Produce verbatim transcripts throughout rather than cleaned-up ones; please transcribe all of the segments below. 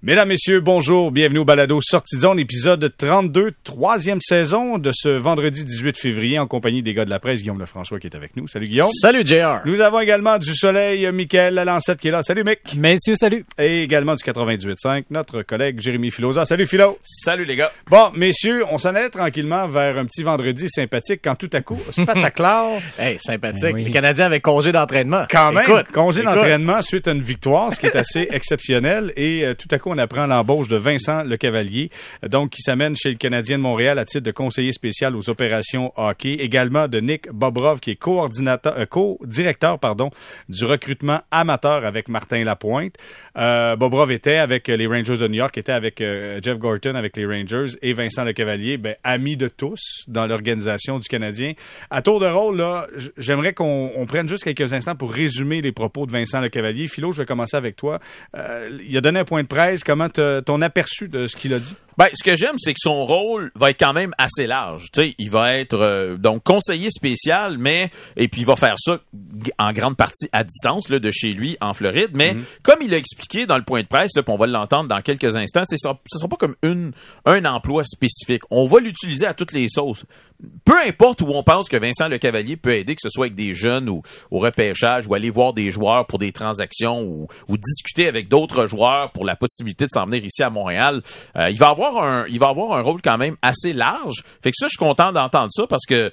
Mesdames, Messieurs, bonjour, bienvenue au Balado Sortie de zone, épisode trente-deux, troisième saison de ce vendredi dix-huit février en compagnie des gars de la presse, Guillaume Lefrançois qui est avec nous. Salut Guillaume. Salut J R. Nous avons également du soleil, Mickaël Lalancette qui est là. Salut Mick. Messieurs, salut. Et également du quatre-vingt-dix-huit virgule cinq, notre collègue Jérémy Filosa. Salut Philo. Salut les gars. Bon, messieurs, on s'en allait tranquillement vers un petit vendredi sympathique quand tout à coup, spataclar. Hey, sympathique. Ben oui. Les Canadiens avec congé d'entraînement. Quand même, écoute, congé écoute. d'entraînement suite à une victoire, ce qui est assez exceptionnel. Et euh, tout à coup, on apprend l'embauche de Vincent Lecavalier, donc qui s'amène chez le Canadien de Montréal à titre de conseiller spécial aux opérations hockey. Également de Nick Bobrov, qui est coordinateur, euh, co-directeur pardon, du recrutement amateur avec Martin Lapointe. Euh, Bobrov était avec les Rangers de New York, était avec euh, Jeff Gorton avec les Rangers, et Vincent Lecavalier, ben, ami de tous dans l'organisation du Canadien. À tour de rôle, là, j'aimerais qu'on on prenne juste quelques instants pour résumer les propos de Vincent Lecavalier. Philo, je vais commencer avec toi. Euh, il a donné un point de presse. Comment ton aperçu de ce qu'il a dit? Ben, ce que j'aime, c'est que son rôle va être quand même assez large. Tu sais, il va être euh, donc conseiller spécial, mais et puis il va faire ça en grande partie à distance là, de chez lui en Floride. Mais mm-hmm. comme il a expliqué dans le point de presse, là, puis on va l'entendre dans quelques instants, ce sera, ce sera pas comme une un emploi spécifique. On va l'utiliser à toutes les sauces. Peu importe où on pense que Vincent Lecavalier peut aider, que ce soit avec des jeunes ou au repêchage, ou aller voir des joueurs pour des transactions, ou, ou discuter avec d'autres joueurs pour la possibilité de s'en venir ici à Montréal, euh, il va avoir un, il va avoir un rôle quand même assez large. Fait que ça, je suis content d'entendre ça parce que,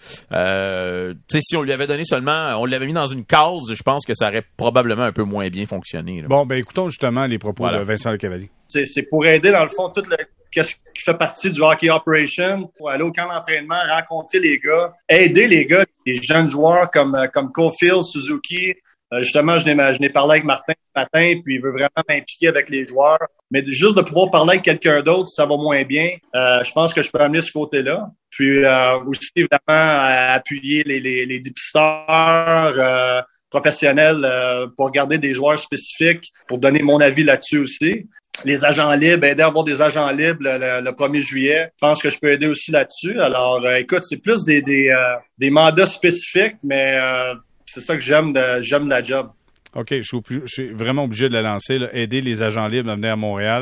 euh, tu sais, si on lui avait donné seulement, on l'avait mis dans une case, je pense que ça aurait probablement un peu moins bien fonctionné. Là. Bon, ben écoutons justement les propos voilà. de Vincent Lecavalier. C'est, c'est pour aider, dans le fond, tout le qu'est-ce qui fait partie du hockey operation, pour aller au camp d'entraînement, rencontrer les gars, aider les gars, des jeunes joueurs comme comme Caulfield, Suzuki. Euh, justement, je n'ai, je n'ai parlé avec Martin ce matin, puis il veut vraiment m'impliquer avec les joueurs. Mais juste de pouvoir parler avec quelqu'un d'autre, ça va moins bien. Euh, je pense que je peux amener ce côté-là. Puis euh, aussi, évidemment, à appuyer les, les, les dépisteurs euh, professionnels euh, pour garder des joueurs spécifiques, pour donner mon avis là-dessus aussi. Les agents libres, aider à avoir des agents libres le, le, le premier juillet. Je pense que je peux aider aussi là-dessus. Alors, euh, écoute, c'est plus des des, euh, des mandats spécifiques, mais euh, c'est ça que j'aime de j'aime de la job. OK, je suis, je suis vraiment obligé de la lancer, là. Aider les agents libres à venir à Montréal.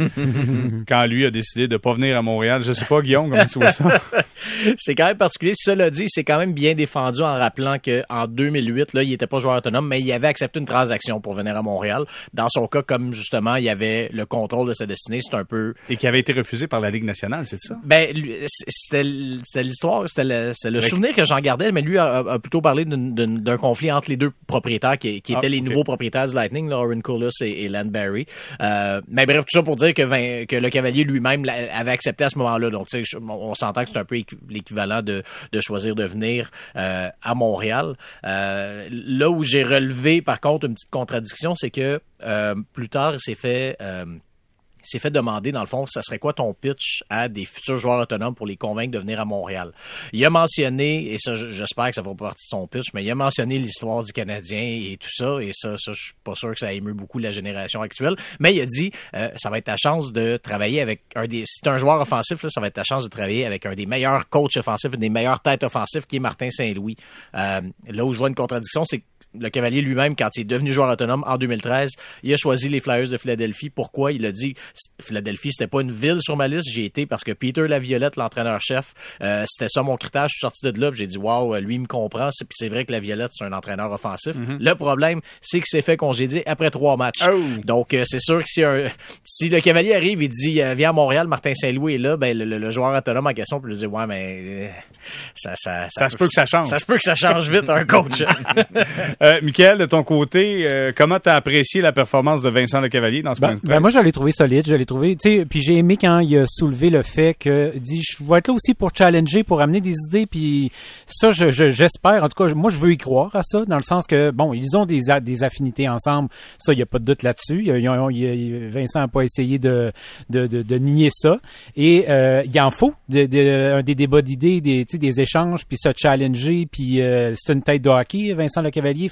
Quand lui a décidé de ne pas venir à Montréal. Je sais pas, Guillaume, comment tu vois ça? C'est quand même particulier. Cela dit, c'est quand même bien défendu en rappelant qu'en deux mille huit, là, il était pas joueur autonome, mais il avait accepté une transaction pour venir à Montréal. Dans son cas, comme justement, il y avait le contrôle de sa destinée, c'est un peu... Et qui avait été refusé par la Ligue nationale, c'est ça? Ben, c'était, c'était l'histoire, c'était le, c'était le souvenir que j'en gardais, mais lui a, a plutôt parlé d'un, d'un, d'un conflit entre les deux propriétaires qui, qui étaient ah. les nouveaux okay. propriétaires du Lightning, là, Oren Koulis et, et Len Barry. Euh, mais bref, tout ça pour dire que, Vin, que Lecavalier lui-même avait accepté à ce moment-là. Donc, tu sais, on s'entend que c'est un peu l'équivalent de, de choisir de venir euh, à Montréal. Euh, là où j'ai relevé, par contre, une petite contradiction, c'est que euh, plus tard, il s'est fait... Euh, Il s'est fait demander, dans le fond, ça serait quoi ton pitch à des futurs joueurs autonomes pour les convaincre de venir à Montréal. Il a mentionné, et ça, j'espère que ça fera partie de son pitch, mais il a mentionné l'histoire du Canadien et tout ça, et ça, ça je suis pas sûr que ça émeut beaucoup la génération actuelle, mais il a dit, euh, ça va être ta chance de travailler avec un des... Si t'es un joueur offensif, là, ça va être ta chance de travailler avec un des meilleurs coachs offensifs, une des meilleures têtes offensives, qui est Martin Saint-Louis. Euh, là où je vois une contradiction, c'est que Lecavalier lui-même, quand il est devenu joueur autonome en deux mille treize, il a choisi les Flyers de Philadelphie. Pourquoi? Il a dit, Philadelphie, c'était pas une ville sur ma liste. J'y ai été parce que Peter Laviolette, l'entraîneur-chef, euh, c'était ça mon critère. Je suis sorti de là, puis j'ai dit, waouh, lui, il me comprend. Puis c'est vrai que Laviolette, c'est un entraîneur offensif. Mm-hmm. Le problème, c'est que c'est fait congédier après trois matchs. Oh. Donc, euh, c'est sûr que si, un, si Lecavalier arrive et dit, euh, viens à Montréal, Martin Saint-Louis est là, ben, le, le, le joueur autonome en question peut lui dire, ouais, mais euh, ça, ça, ça, ça se peut que ça change. Ça se peut que ça change vite, un coach. euh, Mickaël, de ton côté, euh, comment t'as apprécié la performance de Vincent Lecavalier dans ce ben, point de presse? Ben moi, je l'ai trouvé solide, je l'ai trouvé, tu sais, puis j'ai aimé quand il a soulevé le fait que, dit, je vais être là aussi pour challenger, pour amener des idées, puis ça, je, je, j'espère, en tout cas, moi, je veux y croire à ça, dans le sens que, bon, ils ont des, des affinités ensemble, ça, il n'y a pas de doute là-dessus, il y a, il y a, Vincent n'a pas essayé de, de, de, de nier ça, et euh, il en faut de, de, des débats d'idées, des, des échanges, puis se challenger, puis euh, c'est une tête de hockey, Vincent Lecavalier,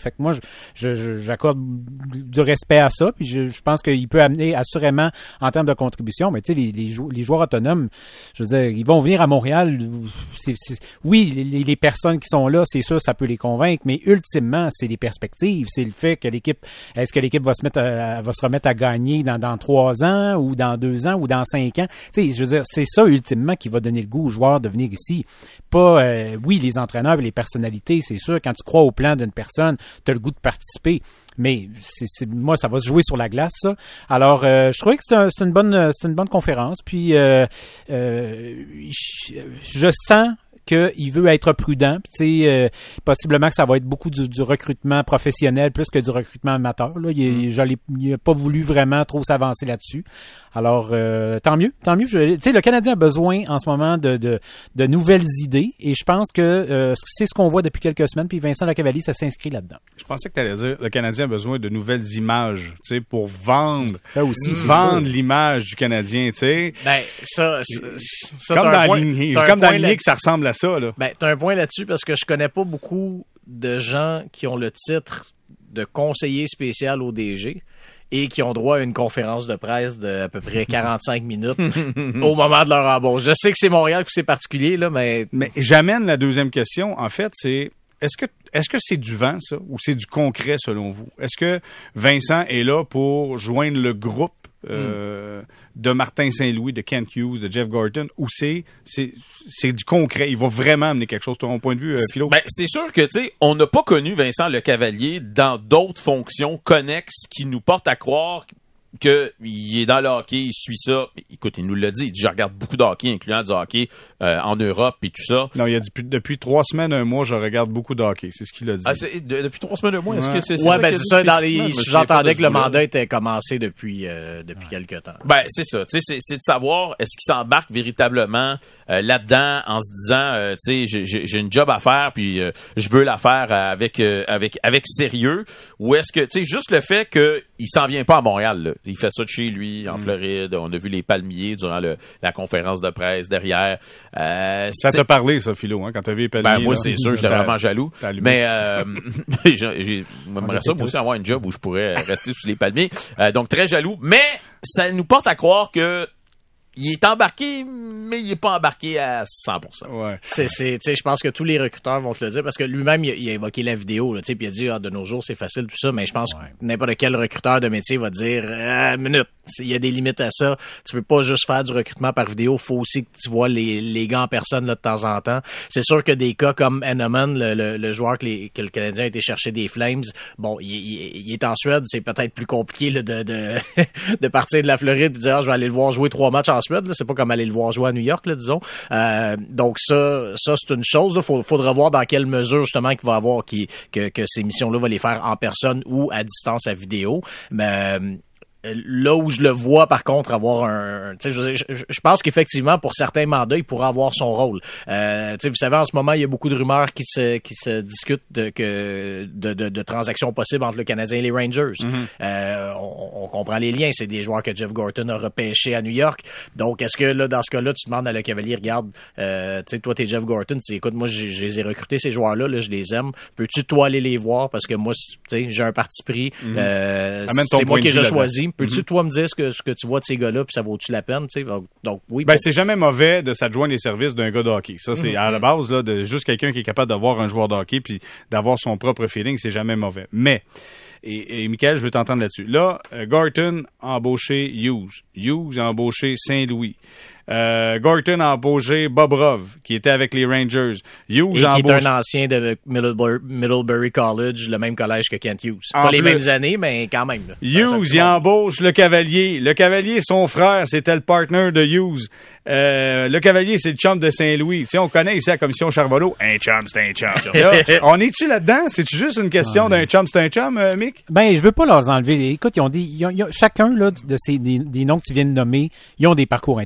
Fait que moi, je, je, je, j'accorde du respect à ça, puis je, je pense qu'il peut amener assurément en termes de contribution. Mais tu sais, les, les, jou- les joueurs autonomes, je veux dire, ils vont venir à Montréal. C'est, c'est, oui, les, les personnes qui sont là, c'est sûr, ça peut les convaincre, mais ultimement, c'est les perspectives, c'est le fait que l'équipe, est-ce que l'équipe va se mettre, à, va se remettre à gagner dans, dans trois ans ou dans deux ans ou dans cinq ans. Tu sais, je veux dire, c'est ça ultimement qui va donner le goût aux joueurs de venir ici. Pas, euh, oui, les entraîneurs et les personnalités, c'est sûr. Quand tu crois au plan d'une personne, tu as le goût de participer. Mais c'est, c'est, moi, ça va se jouer sur la glace, ça. Alors, euh, je trouvais que c'est, un, c'est une bonne, c'est une bonne conférence. Puis, euh, euh, je, je sens qu'il veut être prudent. Puis, tu sais, euh, possiblement que ça va être beaucoup du, du recrutement professionnel plus que du recrutement amateur. Là. Il, mm. il n'a pas voulu vraiment trop s'avancer là-dessus. Alors, euh, tant mieux, tant mieux. Tu sais, le Canadien a besoin en ce moment de, de, de nouvelles idées et je pense que euh, c'est ce qu'on voit depuis quelques semaines. Puis Vincent Lecavalier, ça s'inscrit là-dedans. Je pensais que tu allais dire le Canadien a besoin de nouvelles images, tu sais, pour vendre, ça aussi, mmh. vendre l'image du Canadien, tu sais. Ben ça, ça, ça comme, dans point, ligne, comme dans la ligne que ça ressemble à ça là. Ben t'as un point là-dessus parce que je connais pas beaucoup de gens qui ont le titre de conseiller spécial au D G. Et qui ont droit à une conférence de presse de à peu près quarante-cinq minutes au moment de leur embauche. Je sais que c'est Montréal que c'est particulier, là, mais... Mais j'amène la deuxième question. En fait, c'est est-ce que est-ce que c'est du vent, ça, ou c'est du concret, selon vous? Est-ce que Vincent est là pour joindre le groupe euh, mm. de Martin Saint-Louis, de Kent Hughes, de Jeff Gorton, ou c'est, c'est, c'est du concret? Il va vraiment amener quelque chose, ton point de vue, euh, Philo? Ben, c'est sûr que, tu sais, on n'a pas connu Vincent Lecavalier dans d'autres fonctions connexes qui nous portent à croire que il est dans le hockey, il suit ça. Écoute, il nous l'a dit. Il dit, je regarde beaucoup de hockey, incluant du hockey euh, en Europe et tout ça. Non, il a dit depuis, depuis trois semaines, un mois, je regarde beaucoup de hockey. C'est ce qu'il a dit. Ah, c'est, de, depuis trois semaines, un mois, est-ce ouais. que c'est, c'est ouais, ça? ben c'est ça. Dans les, je sous-entendais que le mandat était commencé depuis euh, depuis ouais. quelque temps. Ben c'est ça. Tu sais, c'est, c'est de savoir est-ce qu'il s'embarque véritablement euh, là-dedans en se disant, euh, tu sais, j'ai, j'ai, j'ai une job à faire puis euh, je veux la faire avec euh, avec avec sérieux, ou est-ce que, tu sais, juste le fait que il s'en vient pas à Montréal, là. Il fait ça de chez lui, en mm. Floride. On a vu les palmiers durant le, la conférence de presse derrière. Euh, ça t'a parlé, ça, Philo, hein, quand t'as vu les palmiers? Ben, moi, là, c'est sûr, j'étais vraiment jaloux. Mais, euh, j'ai, j'aimerais ça, moi aussi, avoir une job où je pourrais rester sous les palmiers. Euh, donc, très jaloux. Mais, ça nous porte à croire que il est embarqué, mais il est pas embarqué à cent pour cent. Ouais. C'est, c'est, tu sais, je pense que tous les recruteurs vont te le dire parce que lui-même, il a, il a évoqué la vidéo, là, tu sais, puis il a dit, ah, de nos jours, c'est facile, tout ça, mais je pense ouais. que n'importe quel recruteur de métier va dire, ah, minute, il y a des limites à ça. Tu peux pas juste faire du recrutement par vidéo. Faut aussi que tu vois les, les gars en personne, là, de temps en temps. C'est sûr que des cas comme Henneman, le, le, le joueur que, les, que le Canadien a été chercher des Flames, bon, il, il, il est en Suède, c'est peut-être plus compliqué, là, de, de, de partir de la Floride et de dire, ah, je vais aller le voir jouer trois matchs en Suède, là. C'est pas comme aller le voir jouer à New York, là, disons. Euh, donc ça, ça c'est une chose. Il faudra voir dans quelle mesure justement qu'il va avoir qui, que, que ces missions-là va les faire en personne ou à distance à vidéo. Mais euh, là où je le vois, par contre, avoir un... Tu sais, je, je, je pense qu'effectivement, pour certains mandats, il pourra avoir son rôle. Euh, tu sais, vous savez, en ce moment, il y a beaucoup de rumeurs qui se qui se discutent de que de, de, de transactions possibles entre le Canadien et les Rangers. Mm-hmm. Euh, on, on comprend les liens. C'est des joueurs que Jeff Gorton a repêchés à New York. Donc, est-ce que là, dans ce cas-là, tu demandes à Lecavalier, regarde, euh, tu sais, toi, t'es Jeff Gorton, tu dis, écoute, moi, je les ai recrutés, ces joueurs-là, là, je les aime. Peux-tu, toi, aller les voir? Parce que moi, tu sais, j'ai un parti pris. Mm-hmm. Euh, c'est moi qui j'ai choisi. Peux-tu, mm-hmm. toi, me dire ce que, ce que tu vois de ces gars-là, puis ça vaut-tu la peine, tu sais? Donc, oui. Ben, pour... c'est jamais mauvais de s'adjoindre les services d'un gars de hockey. Ça, c'est mm-hmm. à la base, là, de juste quelqu'un qui est capable d'avoir un joueur de hockey puis d'avoir son propre feeling, c'est jamais mauvais. Mais, et, et Michael, je veux t'entendre là-dessus. Là, euh, Gorton a embauché Hughes. Hughes a embauché Saint-Louis. Euh, Gorton a embauché Bobrov, qui était avec les Rangers. Hughes et a qui embauché... est un ancien de Middlebury, Middlebury College, le même collège que Kent Hughes. En Pas plus... les mêmes années, mais quand même. Là. Hughes, il embauche Lecavalier. Lecavalier, son frère, c'était le partner de Hughes. Euh, Lecavalier, c'est le chum de Saint-Louis. Tu sais, on connaît ici la commission Charvalot. Un chum, c'est un chum. Là, on est-tu là-dedans? C'est-tu juste une question ouais. d'un chum, c'est un chum, euh, Mick? Ben, je veux pas leur enlever. Écoute, ils ont des, ils ont, ils ont, chacun là de ces des, des noms que tu viens de nommer, ils ont des parcours intéressants.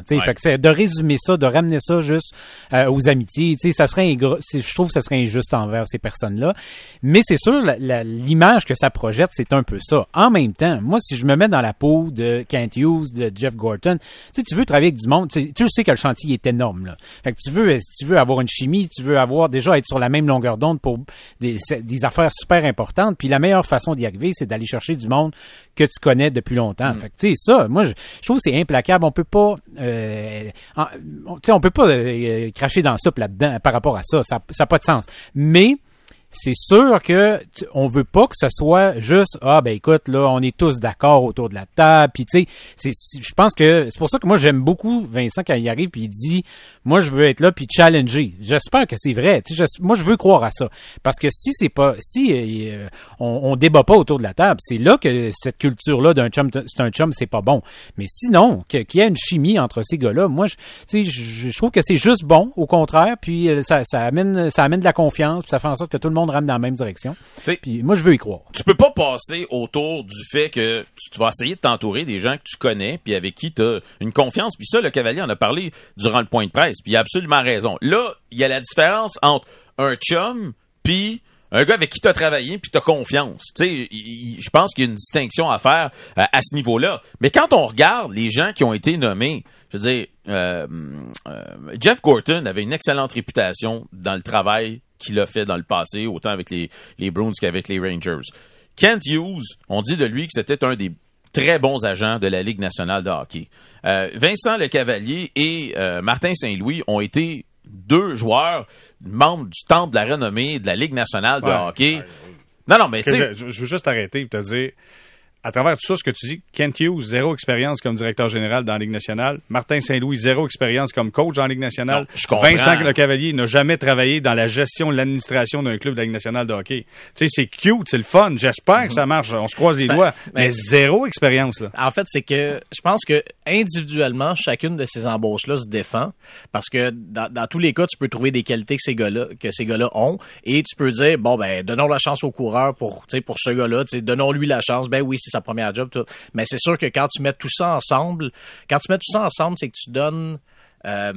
Tu sais, Ouais. fait que c'est de résumer ça, de ramener ça juste euh, aux amitiés. Tu sais, ça serait ingr- c'est- je trouve que ça serait injuste envers ces personnes-là. Mais c'est sûr, la, la, l'image que ça projette, c'est un peu ça. En même temps, moi, si je me mets dans la peau de Kent Hughes, de Jeff Gorton, tu sais, tu veux travailler avec du monde, tu sais, tu sais que le chantier est énorme, là. Fait que tu veux, si tu veux avoir une chimie, tu veux avoir déjà être sur la même longueur d'onde pour des, des affaires super importantes. Puis la meilleure façon d'y arriver, c'est d'aller chercher du monde que tu connais depuis longtemps. Mm. Fait que tu sais, ça, moi, je, je trouve que c'est implacable. On peut pas, euh, en, tu sais, on peut pas euh, cracher dans la soupe là-dedans par rapport à ça. Ça n'a pas de sens. Mais c'est sûr que tu, on veut pas que ce soit juste ah ben écoute là on est tous d'accord autour de la table puis tu sais c'est, c'est je pense que c'est pour ça que moi j'aime beaucoup Vincent quand il arrive puis il dit moi je veux être là puis challenger. J'espère que c'est vrai. Tu sais moi je veux croire à ça parce que si c'est pas si euh, on, on débat pas autour de la table c'est là que cette culture là d'un chum c'est un chum c'est pas bon. Mais sinon que, qu'il y ait une chimie entre ces gars-là moi je tu sais je, je trouve que c'est juste bon au contraire puis ça ça amène ça amène de la confiance puis ça fait en sorte que tout le monde rame dans la même direction. Puis moi, je veux y croire. Tu peux pas passer autour du fait que tu, tu vas essayer de t'entourer des gens que tu connais puis avec qui tu as une confiance. Puis ça, le Cavalier en a parlé durant le point de presse. Puis il a absolument raison. Là, il y a la différence entre un chum puis un gars avec qui tu as travaillé puis tu as confiance. Tu sais, je pense qu'il y a une distinction à faire euh, à ce niveau-là. Mais quand on regarde les gens qui ont été nommés, je veux dire, euh, euh, Jeff Gorton avait une excellente réputation dans le travail qu'il a fait dans le passé, autant avec les, les Bruins qu'avec les Rangers. Kent Hughes, on dit de lui que c'était un des très bons agents de la Ligue nationale de hockey. Euh, Vincent Lecavalier et euh, Martin Saint-Louis ont été deux joueurs membres du temple de la renommée de la Ligue nationale de ouais, hockey. Ouais, ouais. Non, non, mais tu sais... Je, je veux juste arrêter et te dire... À travers tout ça, ce que tu dis, Kent Hughes, zéro expérience comme directeur général dans la Ligue nationale. Martin Saint-Louis, zéro expérience comme coach dans la Ligue nationale. Non, je comprends. Vincent Lecavalier n'a jamais travaillé dans la gestion de l'administration d'un club de la Ligue nationale de hockey. Tu sais, c'est cute, c'est le fun. J'espère mm-hmm. que ça marche. On se croise les doigts. Mais, mais zéro expérience, là. En fait, c'est que je pense que individuellement, chacune de ces embauches-là se défend. Parce que dans, dans tous les cas, tu peux trouver des qualités que ces gars-là, que ces gars-là ont. Et tu peux dire, bon, ben, donnons la chance au coureur pour, tu sais, pour ce gars-là. Tu sais, donnons-lui la chance. Ben oui, c'est sa première job. Tout. Mais c'est sûr que quand tu mets tout ça ensemble, quand tu mets tout ça ensemble, c'est que tu donnes... Euh,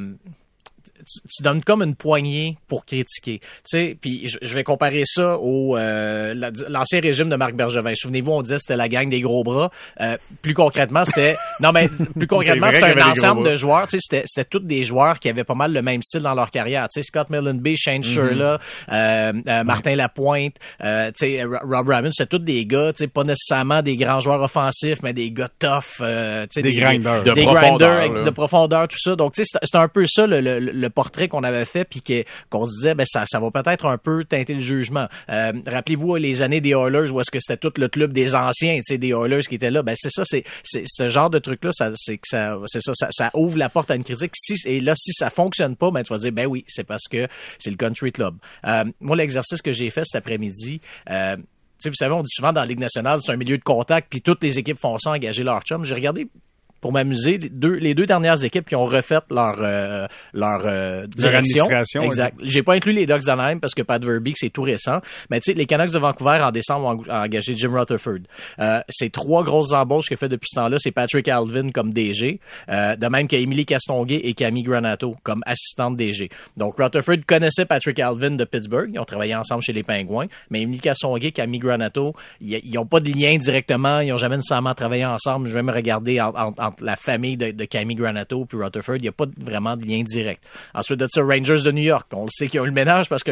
Tu, tu donnes comme une poignée pour critiquer. Tu sais, puis je, je vais comparer ça au euh, la, l'ancien régime de Marc Bergevin. Souvenez-vous, on disait que c'était la gang des gros bras. Euh, plus concrètement, c'était non mais plus concrètement, c'est c'était un ensemble de joueurs. Tu sais, c'était c'était tous des joueurs qui avaient pas mal le même style dans leur carrière. Tu sais, Scott Millenby, Shane Sherla, mm-hmm. euh, euh, Martin Lapointe, euh, tu sais, Rob Raymond, c'était tous des gars. Tu sais, pas nécessairement des grands joueurs offensifs, mais des gars tough. Euh, tu sais, des, des grinders, des, de des profondeur, grinders avec de profondeur, tout ça. Donc, tu sais, c'est, c'est un peu ça le, le, le portrait qu'on avait fait puis que, qu'on se disait ben ça, ça va peut-être un peu teinter le jugement. Euh, rappelez-vous les années des Oilers où est-ce que c'était tout le club des anciens, tu sais, des Oilers qui étaient là. Ben c'est ça, c'est, c'est ce genre de truc là, ça, c'est que ça, c'est ça, ça, ça ouvre la porte à une critique. Si et là si ça fonctionne pas, ben tu vas dire ben oui, c'est parce que c'est le country club. Euh, moi l'exercice que j'ai fait cet après-midi. Euh, tu sais, vous savez, on dit souvent dans la Ligue nationale, c'est un milieu de contact, puis toutes les équipes font ça, engager leur chum. J'ai regardé pour m'amuser, les deux, les deux dernières équipes qui ont refait leur euh, leur euh, direction. Administration. Exact. Ouais. J'ai pas inclus les Ducks d'Anaheim parce que Pat Verbeek, c'est tout récent. Mais tu sais, les Canucks de Vancouver, en décembre, ont engagé Jim Rutherford. Euh, c'est trois grosses embauches qu'il a fait depuis ce temps-là. C'est Patrick Alvin comme D G. Euh, de même qu'Emily Castonguay et Camille Granato comme assistante D G. Donc, Rutherford connaissait Patrick Alvin de Pittsburgh. Ils ont travaillé ensemble chez les Pingouins. Mais Emily Castonguay et Camille Granato, ils, ils ont pas de lien directement. Ils ont jamais nécessairement travaillé ensemble. Je vais me regarder en, en, en la famille de, de Camille Granato puis Rutherford, il n'y a pas vraiment de lien direct. Ensuite de ça, Rangers de New York, on le sait qu'ils ont eu le ménage parce que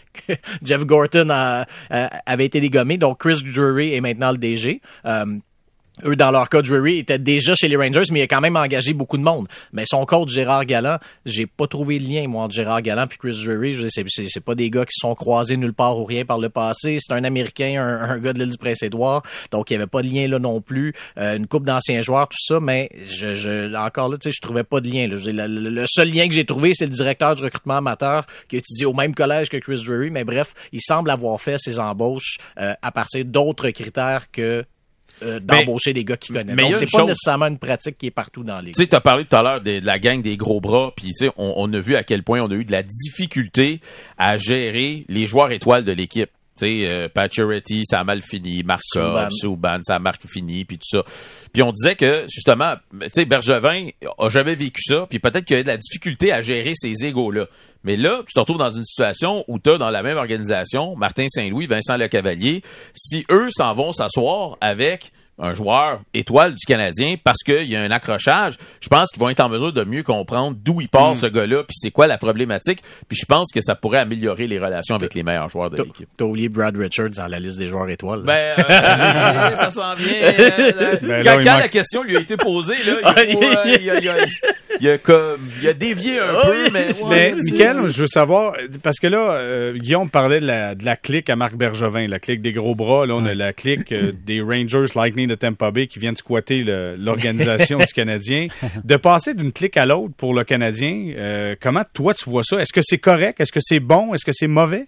Jeff Gorton a, a, avait été dégommé, donc Chris Drury est maintenant le D G. Euh, Eux, dans leur cas, Drury était déjà chez les Rangers, mais il a quand même engagé beaucoup de monde. Mais son coach, Gérard Galland, j'ai pas trouvé de lien, moi, entre Gérard Galland et Chris Drury. Je veux dire, c'est, c'est, c'est pas des gars qui se sont croisés nulle part ou rien par le passé. C'est un Américain, un, un gars de l'île du Prince-Édouard. Donc, il y avait pas de lien là non plus. Euh, une couple d'anciens joueurs, tout ça. Mais je, je encore là, tu sais, je trouvais pas de lien. Là. Je veux dire, le, le seul lien que j'ai trouvé, c'est le directeur du recrutement amateur qui a étudié au même collège que Chris Drury. Mais bref, il semble avoir fait ses embauches euh, à partir d'autres critères que Euh, d'embaucher mais, des gars qui connaissent. Donc, c'est pas chose... nécessairement une pratique qui est partout dans les... Tu sais, t'as parlé tout à l'heure de, de la gang des gros bras, puis tu sais, on, on a vu à quel point on a eu de la difficulté à gérer les joueurs étoiles de l'équipe. Tu sais, euh, Pacioretty, ça a mal fini. Markov, Subban, ça a mal fini, puis tout ça. Puis on disait que, justement, tu sais, Bergevin a jamais vécu ça, puis peut-être qu'il y a de la difficulté à gérer ces égos-là. Mais là, tu te retrouves dans une situation où tu as dans la même organisation Martin Saint-Louis, Vincent Lecavalier. Si eux s'en vont s'asseoir avec un joueur étoile du Canadien parce qu'il y a un accrochage, je pense qu'ils vont être en mesure de mieux comprendre d'où il part mm. ce gars-là, puis c'est quoi la problématique, puis je pense que ça pourrait améliorer les relations avec les meilleurs joueurs de t'as, l'équipe. T'as oublié Brad Richards dans la liste des joueurs étoiles. Là. Ben, euh, ça s'en vient. Euh, ben quand là, quand manque... la question lui a été posée, là, il, a, il, a, il, a, il, a, comme, il a dévié un oh, peu, mais... Mais, Michael, je veux savoir, parce que là, euh, Guillaume parlait de la, de la clique à Marc Bergevin, la clique des gros bras, là, on a la clique euh, des Rangers Lightning de Tampa Bay qui viennent squatter le, l'organisation du Canadien. De passer d'une clique à l'autre pour le Canadien, euh, comment toi tu vois ça? Est-ce que c'est correct? Est-ce que c'est bon? Est-ce que c'est mauvais?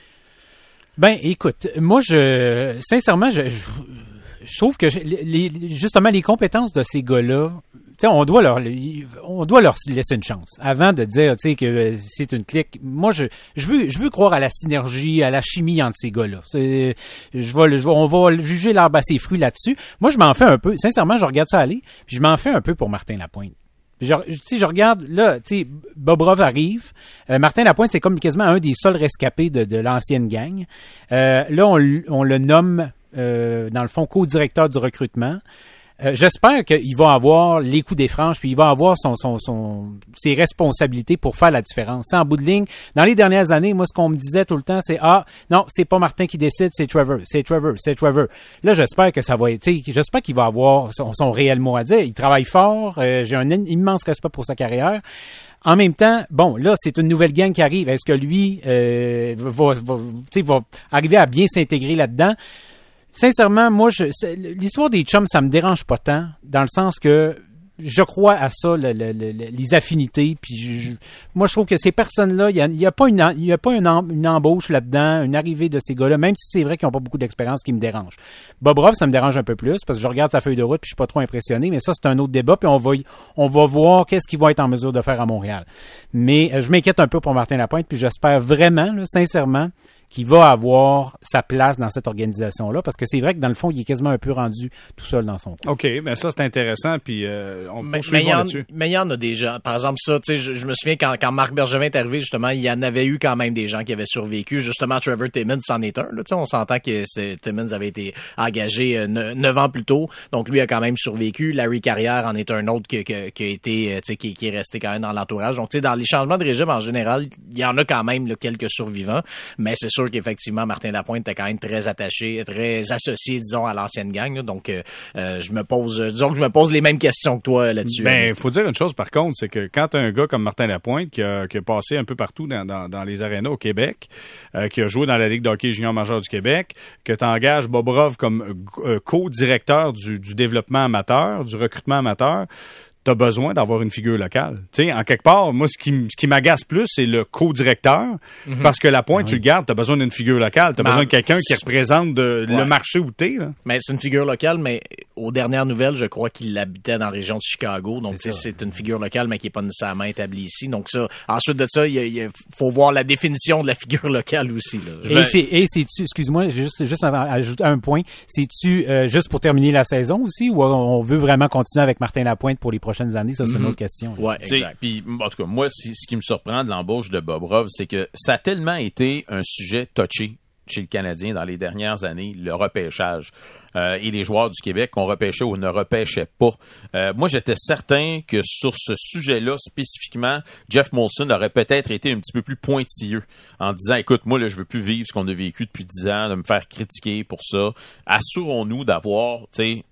Ben, écoute, moi, je sincèrement, je, je, je trouve que je, les, justement les compétences de ces gars-là, tu sais, on doit leur, on doit leur laisser une chance avant de dire, tu sais, que c'est une clique. Moi, je, je veux, je veux croire à la synergie, à la chimie entre ces gars-là. C'est, je vais, je vais, on va juger l'arbre à ses fruits là-dessus. Moi, je m'en fais un peu. Sincèrement, je regarde ça aller, puis je m'en fais un peu pour Martin Lapointe. Je, je, je regarde, là, tu sais, Bobrov arrive. Euh, Martin Lapointe, c'est comme quasiment un des seuls rescapés de, de l'ancienne gang. Euh, là, on, on le nomme, euh, dans le fond, co-directeur du recrutement. Euh, j'espère qu'il va avoir les coups des franges, puis il va avoir son, son, son, ses responsabilités pour faire la différence. T'sais, en bout de ligne, dans les dernières années, moi, ce qu'on me disait tout le temps, c'est « Ah, non, c'est pas Martin qui décide, c'est Trevor, c'est Trevor, c'est Trevor. » Là, j'espère que ça va être, j'espère qu'il va avoir son, son réel mot à dire. Il travaille fort, euh, j'ai un immense respect pour sa carrière. En même temps, bon, là, c'est une nouvelle gang qui arrive. Est-ce que lui euh, va, va, va arriver à bien s'intégrer là-dedans? Sincèrement, moi, je, l'histoire des chums, ça me dérange pas tant, dans le sens que je crois à ça, le, le, le, les affinités. Puis, je, je, moi, je trouve que ces personnes-là, il y a, il y a pas une, il y a pas une, une embauche là-dedans, une arrivée de ces gars-là, même si c'est vrai qu'ils n'ont pas beaucoup d'expérience, qui me dérange. Bobrov, ça me dérange un peu plus parce que je regarde sa feuille de route, puis je suis pas trop impressionné. Mais ça, c'est un autre débat. Puis on va, on va voir qu'est-ce qu'ils vont être en mesure de faire à Montréal. Mais je m'inquiète un peu pour Martin Lapointe, puis j'espère vraiment, là, sincèrement, qui va avoir sa place dans cette organisation-là, parce que c'est vrai que dans le fond, il est quasiment un peu rendu tout seul dans son coin. OK, bien ça, c'est intéressant, puis euh, on mais, poursuit là-dessus. Mais il y en a des gens, par exemple ça, tu sais, je, je me souviens quand, quand Marc Bergevin est arrivé, justement, il y en avait eu quand même des gens qui avaient survécu, justement, Trevor Timmins c'en est un, là, tu sais, on s'entend que c'est, Timmins avait été engagé euh, neuf ans plus tôt, donc lui a quand même survécu, Larry Carrière en est un autre qui, qui, qui a été, tu sais, qui, qui est resté quand même dans l'entourage, donc tu sais, dans les changements de régime en général, il y en a quand même là, quelques survivants, mais c'est sûr qu'effectivement, Martin Lapointe était quand même très attaché, très associé, disons, à l'ancienne gang. Là. Donc, euh, je me pose, disons que je me pose les mêmes questions que toi là-dessus. Ben, il faut dire une chose, par contre, c'est que quand tu as un gars comme Martin Lapointe qui a, qui a passé un peu partout dans, dans, dans les arénas au Québec, euh, qui a joué dans la Ligue de hockey junior majeur du Québec, que tu engages Bobrov comme euh, co-directeur du, du développement amateur, du recrutement amateur, t'as besoin d'avoir une figure locale. Tu sais, en quelque part, moi, ce qui, ce qui m'agace plus, c'est le co-directeur, mm-hmm. parce que Lapointe, oui. tu le gardes, t'as besoin d'une figure locale, t'as mais besoin de quelqu'un qui représente de, ouais. le marché où t'es. Là. Mais c'est une figure locale, mais aux dernières nouvelles, je crois qu'il habitait dans la région de Chicago, donc c'est, c'est une figure locale, mais qui est pas nécessairement établie ici. Donc ça, ensuite de ça, il, y a, il faut voir la définition de la figure locale aussi. Là. Et, ben... c'est, et c'est-tu, excuse-moi, juste, juste ajouter un point, c'est-tu euh, juste pour terminer la saison aussi, ou on veut vraiment continuer avec Martin Lapointe pour les prochaines années? Ça, c'est mm-hmm. une autre question. Ouais, exact. Puis, en tout cas, moi, ce qui me surprend de l'embauche de Bobrov, c'est que ça a tellement été un sujet touché chez le Canadien dans les dernières années, le repêchage. Euh, et les joueurs du Québec qu'on repêchait ou ne repêchait pas. Euh, moi, j'étais certain que sur ce sujet-là, spécifiquement, Jeff Molson aurait peut-être été un petit peu plus pointilleux en disant, écoute, moi, là, je veux plus vivre ce qu'on a vécu depuis dix ans, de me faire critiquer pour ça. Assurons-nous d'avoir, tu sais,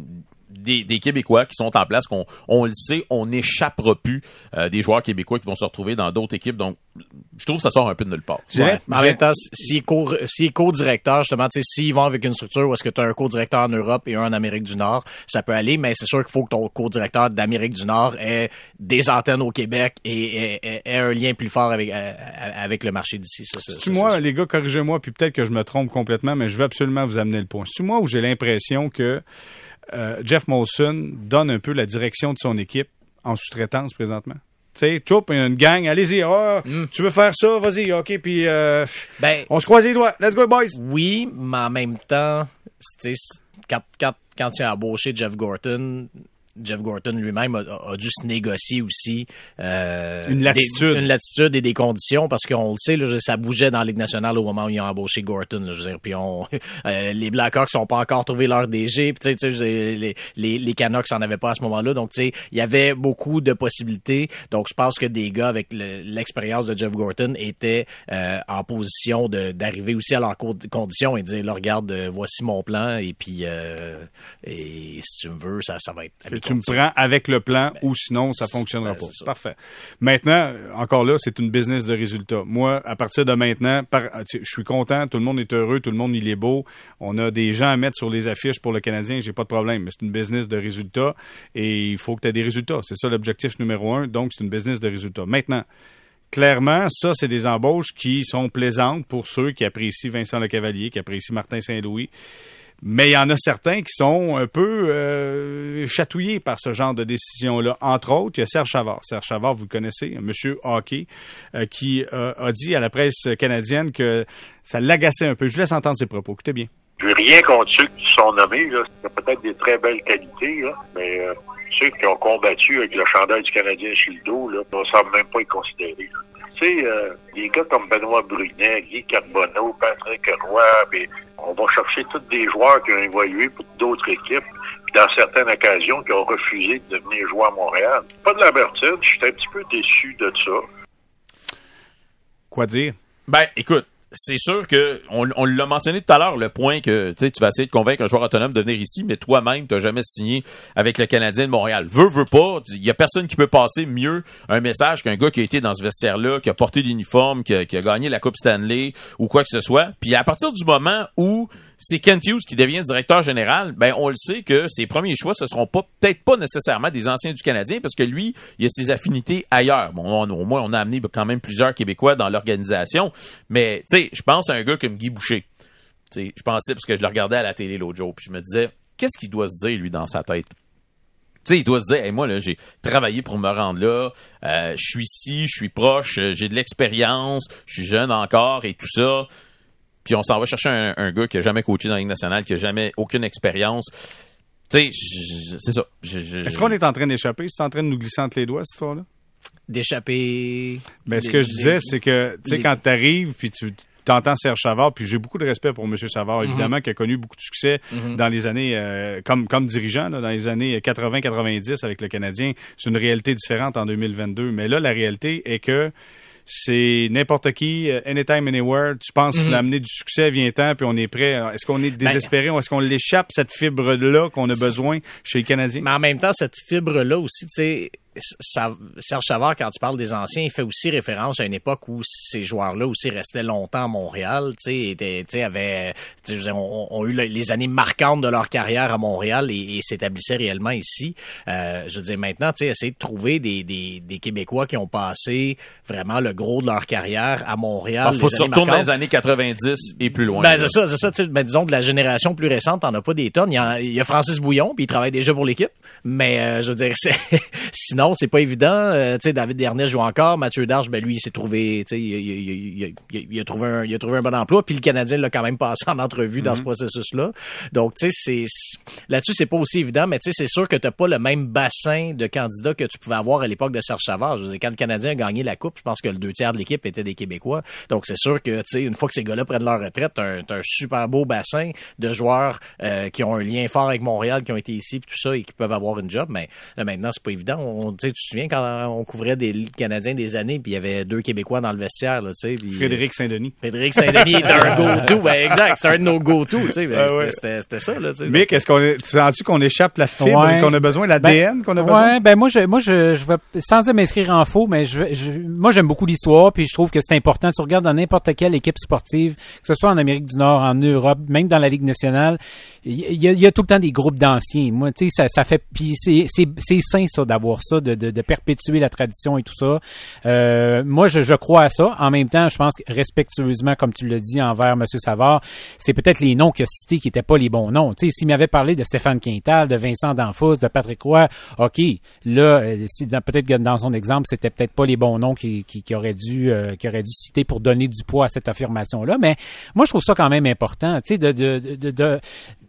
Des, des Québécois qui sont en place, qu'on on le sait, on n'échappera plus euh, des joueurs québécois qui vont se retrouver dans d'autres équipes. Donc, je trouve que ça sort un peu de nulle part. Ouais. Mais en même temps, s'il est, co, s'il est co-directeur, justement, tu sais, s'ils vont avec une structure où est-ce que tu as un co-directeur en Europe et un en Amérique du Nord, ça peut aller, mais c'est sûr qu'il faut que ton co-directeur d'Amérique du Nord ait des antennes au Québec et ait, ait un lien plus fort avec, avec le marché d'ici. Ça, ça, c'est moi, les gars, corrigez-moi, puis peut-être que je me trompe complètement, mais je veux absolument vous amener le point. C'est moi où j'ai l'impression que Euh, Jeff Molson donne un peu la direction de son équipe en sous-traitance présentement? sais, choup, une gang, allez-y, oh, mm. tu veux faire ça, vas-y, OK, puis euh, ben, on se croise les doigts, let's go, boys. Oui, mais en même temps, tu sais, quand, quand, quand tu as embauché Jeff Gorton, Jeff Gorton lui-même a, a dû se négocier aussi euh, une latitude, des, une latitude et des conditions parce qu'on le sait, là, ça bougeait dans la Ligue nationale au moment où ils ont embauché Gorton. Là, je veux dire, puis on, euh, les Blackhawks n'ont pas encore trouvé leur D G. Puis tu sais, les, les, les Canucks n'en avaient pas à ce moment-là. Donc tu sais, il y avait beaucoup de possibilités. Donc je pense que des gars avec le, l'expérience de Jeff Gorton étaient euh, en position de, d'arriver aussi à leurs conditions et de dire, là, regarde, euh, voici mon plan et puis euh, et si tu me veux, ça, ça va être. Tu me prends avec le plan ben, ou sinon ça fonctionnera ben, pas. Parfait. Maintenant, encore là, c'est une business de résultats. Moi, à partir de maintenant, par, je suis content, tout le monde est heureux, tout le monde il est beau. On a des gens à mettre sur les affiches pour le Canadien, j'ai pas de problème, mais c'est une business de résultats et il faut que tu aies des résultats. C'est ça l'objectif numéro un, donc c'est une business de résultats. Maintenant, clairement, ça, c'est des embauches qui sont plaisantes pour ceux qui apprécient Vincent Lecavalier, qui apprécient Martin Saint-Louis. Mais il y en a certains qui sont un peu euh, chatouillés par ce genre de décision-là. Entre autres, il y a Serge Chavard. Serge Chavard, vous le connaissez, un monsieur hockey, euh, qui euh, a dit à la presse canadienne que ça l'agaçait un peu. Je vous laisse entendre ses propos. Écoutez bien. Je veux rien contre ceux qui sont nommés. Là. C'est peut-être des très belles qualités, là, mais euh, ceux qui ont combattu avec le chandail du Canadien sur le dos, là, on ne semble même pas y considérer. Là. Tu sais, euh, des gars comme Benoît Brunet, Guy Carbonneau, Patrick Roy, ben, on va chercher tous des joueurs qui ont évolué pour d'autres équipes, puis dans certaines occasions, qui ont refusé de venir jouer à Montréal. Pas de l'amertume, je suis un petit peu déçu de ça. Quoi dire? Ben, écoute, c'est sûr que on, on l'a mentionné tout à l'heure, le point que tu vas essayer de convaincre un joueur autonome de venir ici, mais toi-même, tu n'as jamais signé avec le Canadien de Montréal. Veux, veux pas, il y a personne qui peut passer mieux un message qu'un gars qui a été dans ce vestiaire-là, qui a porté l'uniforme, qui a, qui a gagné la Coupe Stanley ou quoi que ce soit. Puis à partir du moment où c'est Kent Hughes qui devient directeur général, ben on le sait que ses premiers choix, ce seront pas peut-être pas nécessairement des anciens du Canadien, parce que lui, il a ses affinités ailleurs. Bon, on, au moins, on a amené quand même plusieurs Québécois dans l'organisation, mais tu sais, je pense à un gars comme Guy Boucher. Tu sais, je pensais, parce que je le regardais à la télé l'autre jour, puis je me disais, qu'est-ce qu'il doit se dire, lui, dans sa tête? Tu sais, il doit se dire, hey, moi, là, j'ai travaillé pour me rendre là, euh, je suis ici, je suis proche, j'ai de l'expérience, je suis jeune encore et tout ça. Puis on s'en va chercher un, un gars qui a jamais coaché dans la Ligue nationale, qui a jamais aucune expérience. Tu sais, c'est ça. Je, je, Est-ce qu'on est en train d'échapper? C'est en train de nous glisser entre les doigts, cette histoire-là? D'échapper... Ben, ce que je disais, c'est que, tu sais, quand tu arrives, puis tu t'entends Serge Chavard, puis j'ai beaucoup de respect pour M. Chavard, évidemment, mm-hmm. qui a connu beaucoup de succès mm-hmm. dans les années, euh, comme, comme dirigeant, là, dans les années quatre-vingts quatre-vingt-dix avec le Canadien. C'est une réalité différente en deux mille vingt-deux. Mais là, la réalité est que c'est n'importe qui, anytime, anywhere. Tu penses mm-hmm. l'amener du succès, viens-t'en, puis on est prêt. Est-ce qu'on est désespéré ben, ou est-ce qu'on l'échappe, cette fibre-là qu'on a besoin chez le Canadien? Mais en même temps, cette fibre-là aussi, tu sais, ça, Serge Chavard, quand il parle des anciens, il fait aussi référence à une époque où ces joueurs-là aussi restaient longtemps à Montréal, tu sais, avaient, ont, ont eu les années marquantes de leur carrière à Montréal et, et s'établissaient réellement ici. Euh, je veux dire, maintenant, tu sais, essayer de trouver des, des, des Québécois qui ont passé vraiment le gros de leur carrière à Montréal. Il faut se retourner dans les années quatre-vingt-dix et plus loin. Ben, c'est ça, c'est ça, tu sais, ben, disons, de la génération plus récente, t'en as pas des tonnes. Il y a, il y a Francis Bouillon, puis il travaille déjà pour l'équipe, mais euh, je veux dire, c'est sinon, c'est pas évident. Euh, tu sais, David Dernay joue encore. Mathieu Darche, ben lui, il s'est trouvé, tu sais, il, il, il, il, il a trouvé un, il a trouvé un bon emploi. Puis le Canadien l'a quand même passé en entrevue mm-hmm. dans ce processus-là. Donc, tu sais, c'est là-dessus, c'est pas aussi évident, mais tu sais, c'est sûr que t'as pas le même bassin de candidats que tu pouvais avoir à l'époque de Serge Chavard. Je veux dire, quand le Canadien a gagné la Coupe, je pense que le deux tiers de l'équipe était des Québécois. Donc, c'est sûr que, tu sais, une fois que ces gars-là prennent leur retraite, t'as un, t'as un super beau bassin de joueurs euh, qui ont un lien fort avec Montréal, qui ont été ici, puis tout ça, et qui peuvent avoir une job. Mais là, maintenant, c'est pas évident. On, tu sais, tu te souviens quand on couvrait des Canadiens des années, puis il y avait deux Québécois dans le vestiaire, là, tu sais. Puis, Frédéric Saint-Denis. Frédéric Saint-Denis était un go-to. Ben, exact. C'est un de nos go-to, tu sais. Ben, ah, ouais. c'était, c'était ça, là, tu sais. Mick, est-ce qu'on est, tu sens-tu qu'on échappe la fibre ouais. qu'on a besoin, l'A D N ben, qu'on a besoin? Ouais, ben, moi, je, moi, je, je vais, sans dire m'inscrire en faux, mais je, je, moi, j'aime beaucoup l'histoire, puis je trouve que c'est important. Tu regardes dans n'importe quelle équipe sportive, que ce soit en Amérique du Nord, en Europe, même dans la Ligue nationale, il y a, il y a tout le temps des groupes d'anciens. Moi, tu sais, ça, ça fait, puis c'est, c'est, c'est sain, ça, d'avoir ça, de, de, de perpétuer la tradition et tout ça. Euh, moi, je, je crois à ça. En même temps, je pense que respectueusement, comme tu l'as dit envers M. Savard, c'est peut-être les noms qu'il a cités qui n'étaient pas les bons noms. Tu sais, s'il m'avait parlé de Stéphane Quintal, de Vincent Danfous, de Patrick Roy, OK, là, si, dans, peut-être que dans son exemple, c'était peut-être pas les bons noms qu'il qui, qui aurait dû euh, qu'il aurait dû citer pour donner du poids à cette affirmation-là. Mais moi, je trouve ça quand même important, tu sais, de, de, de, de, de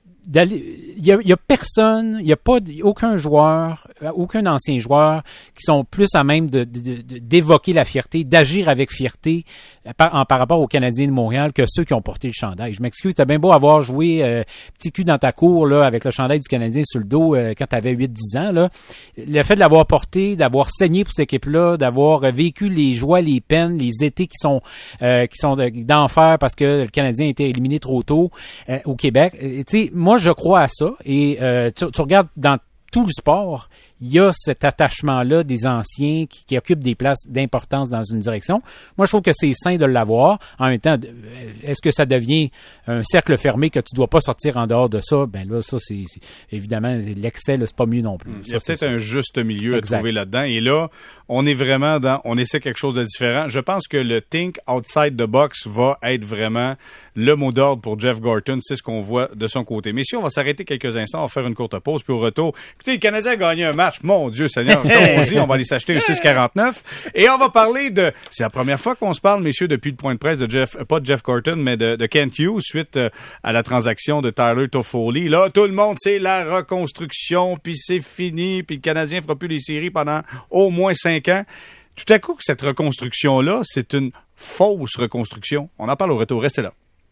il y a, y a personne, il y a pas aucun joueur, aucun ancien joueur qui sont plus à même de, de, de d'évoquer la fierté, d'agir avec fierté par, en, par rapport aux Canadiens de Montréal que ceux qui ont porté le chandail. Je m'excuse, t'as bien beau avoir joué euh, petit cul dans ta cour là avec le chandail du Canadien sur le dos euh, quand t'avais huit dix ans là, le fait de l'avoir porté, d'avoir saigné pour cette équipe-là, d'avoir vécu les joies, les peines, les étés qui sont euh, qui sont d'enfer parce que le Canadien a été éliminé trop tôt euh, au Québec. Tu sais, moi je crois à ça et euh, tu, tu regardes dans tout le sport, il y a cet attachement-là des anciens qui, qui occupent des places d'importance dans une direction. Moi, je trouve que c'est sain de l'avoir. En même temps, est-ce que ça devient un cercle fermé que tu dois pas sortir en dehors de ça? Ben là, ça, c'est, c'est évidemment, l'excès, là, c'est pas mieux non plus. Il y a ça, peut-être un juste milieu exact. à trouver là-dedans. Et là, on est vraiment dans, on essaie quelque chose de différent. Je pense que le think outside the box va être vraiment le mot d'ordre pour Jeff Gorton. C'est ce qu'on voit de son côté. Messieurs, on va s'arrêter quelques instants. On va faire une courte pause. Puis au retour, écoutez, le Canadien a gagné un match. Mon Dieu Seigneur. Comme on dit, on va aller s'acheter un six quarante-neuf. Et on va parler de, c'est la première fois qu'on se parle, messieurs, depuis le point de presse de Jeff, pas de Jeff Gorton, mais de, de Kent Hughes suite euh, à la transaction de Tyler Toffoli. Là, tout le monde, c'est la reconstruction, puis c'est fini, puis le Canadien fera plus les séries pendant au moins cinq ans. Tout à coup, que cette reconstruction-là, c'est une fausse reconstruction. On en parle au retour. Restez là.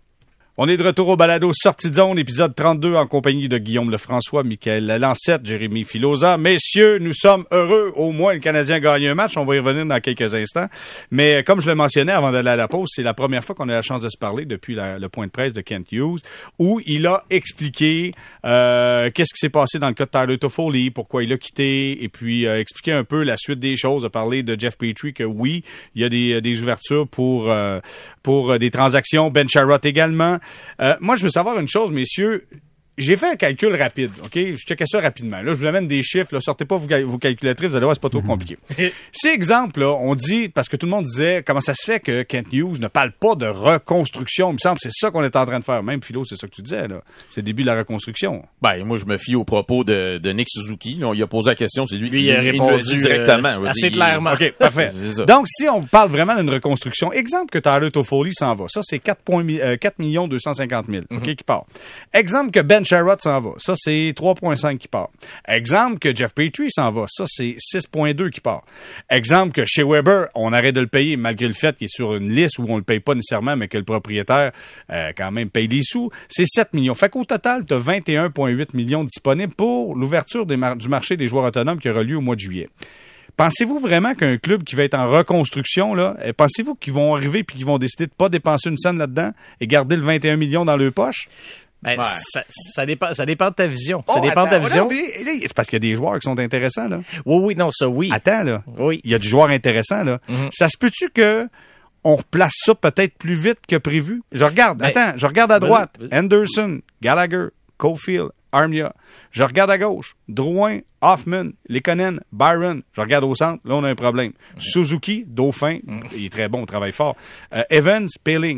On est de retour au balado Sortie de zone, épisode trente-deux, en compagnie de Guillaume Lefrançois, Michael Lancette, Jérémy Filosa. Messieurs, nous sommes heureux. Au moins, le Canadien a gagné un match. On va y revenir dans quelques instants. Mais comme je le mentionnais avant d'aller à la pause, c'est la première fois qu'on a la chance de se parler depuis la, le point de presse de Kent Hughes, où il a expliqué euh, qu'est-ce qui s'est passé dans le cas de Tyler Toffoli, pourquoi il a quitté, et puis euh, expliquer un peu la suite des choses. A parlé de Jeff Petrie, que oui, il y a des, des ouvertures pour, euh, pour des transactions. Ben Sherratt également. Euh, moi, je veux savoir une chose, messieurs. J'ai fait un calcul rapide, OK? Je checkais ça rapidement. Là, je vous amène des chiffres. Là, sortez pas vos, vos calculatrices, vous allez voir, c'est pas trop compliqué. C'est exemple, là, on dit, parce que tout le monde disait, comment ça se fait que Kent Hughes ne parle pas de reconstruction? Il me semble que c'est ça qu'on est en train de faire. Même, Philo, c'est ça que tu disais, là. C'est le début de la reconstruction. Ben, moi, je me fie aux propos de, de Nick Suzuki. On lui a posé la question, c'est lui, lui qui a répondu dit directement. Euh, assez clairement. OK, parfait. Donc, si on parle vraiment d'une reconstruction, exemple que Tyler Toffoli s'en va. Ça, c'est quatre millions deux cent cinquante mille, OK, mm-hmm. qui part. Exemple que Ben Sherratt s'en va. Ça, c'est trois virgule cinq qui part. Exemple que Jeff Petrie s'en va. Ça, c'est six virgule deux qui part. Exemple que chez Weber, on arrête de le payer malgré le fait qu'il est sur une liste où on le paye pas nécessairement, mais que le propriétaire, euh, quand même, paye des sous. C'est sept millions. Fait qu'au total, tu as vingt et un virgule huit millions disponibles pour l'ouverture des mar- du marché des joueurs autonomes qui aura lieu au mois de juillet. Pensez-vous vraiment qu'un club qui va être en reconstruction, là, pensez-vous qu'ils vont arriver puis qu'ils vont décider de pas dépenser une scène là-dedans et garder le vingt et un millions dans leur poche? Ben, ouais. ça, ça, dépend, ça dépend de ta vision. Oh, ça dépend attends, de ta vision. Oh, non, c'est parce qu'il y a des joueurs qui sont intéressants, là. Oui, oui, non, ça, oui. Attends, là. Oui. Il y a des joueurs intéressants, là. Mm-hmm. Ça se peut-tu que on replace ça peut-être plus vite que prévu? Je regarde, ben, attends, je regarde à droite. Vas-y, vas-y. Anderson, Gallagher, Caulfield, Armia. Je regarde à gauche. Drouin, Hoffman, Lekonen, Byron. Je regarde au centre. Là, on a un problème. Mm-hmm. Suzuki, Dauphin. Mm-hmm. Il est très bon, il travaille fort. Euh, Evans, Peeling.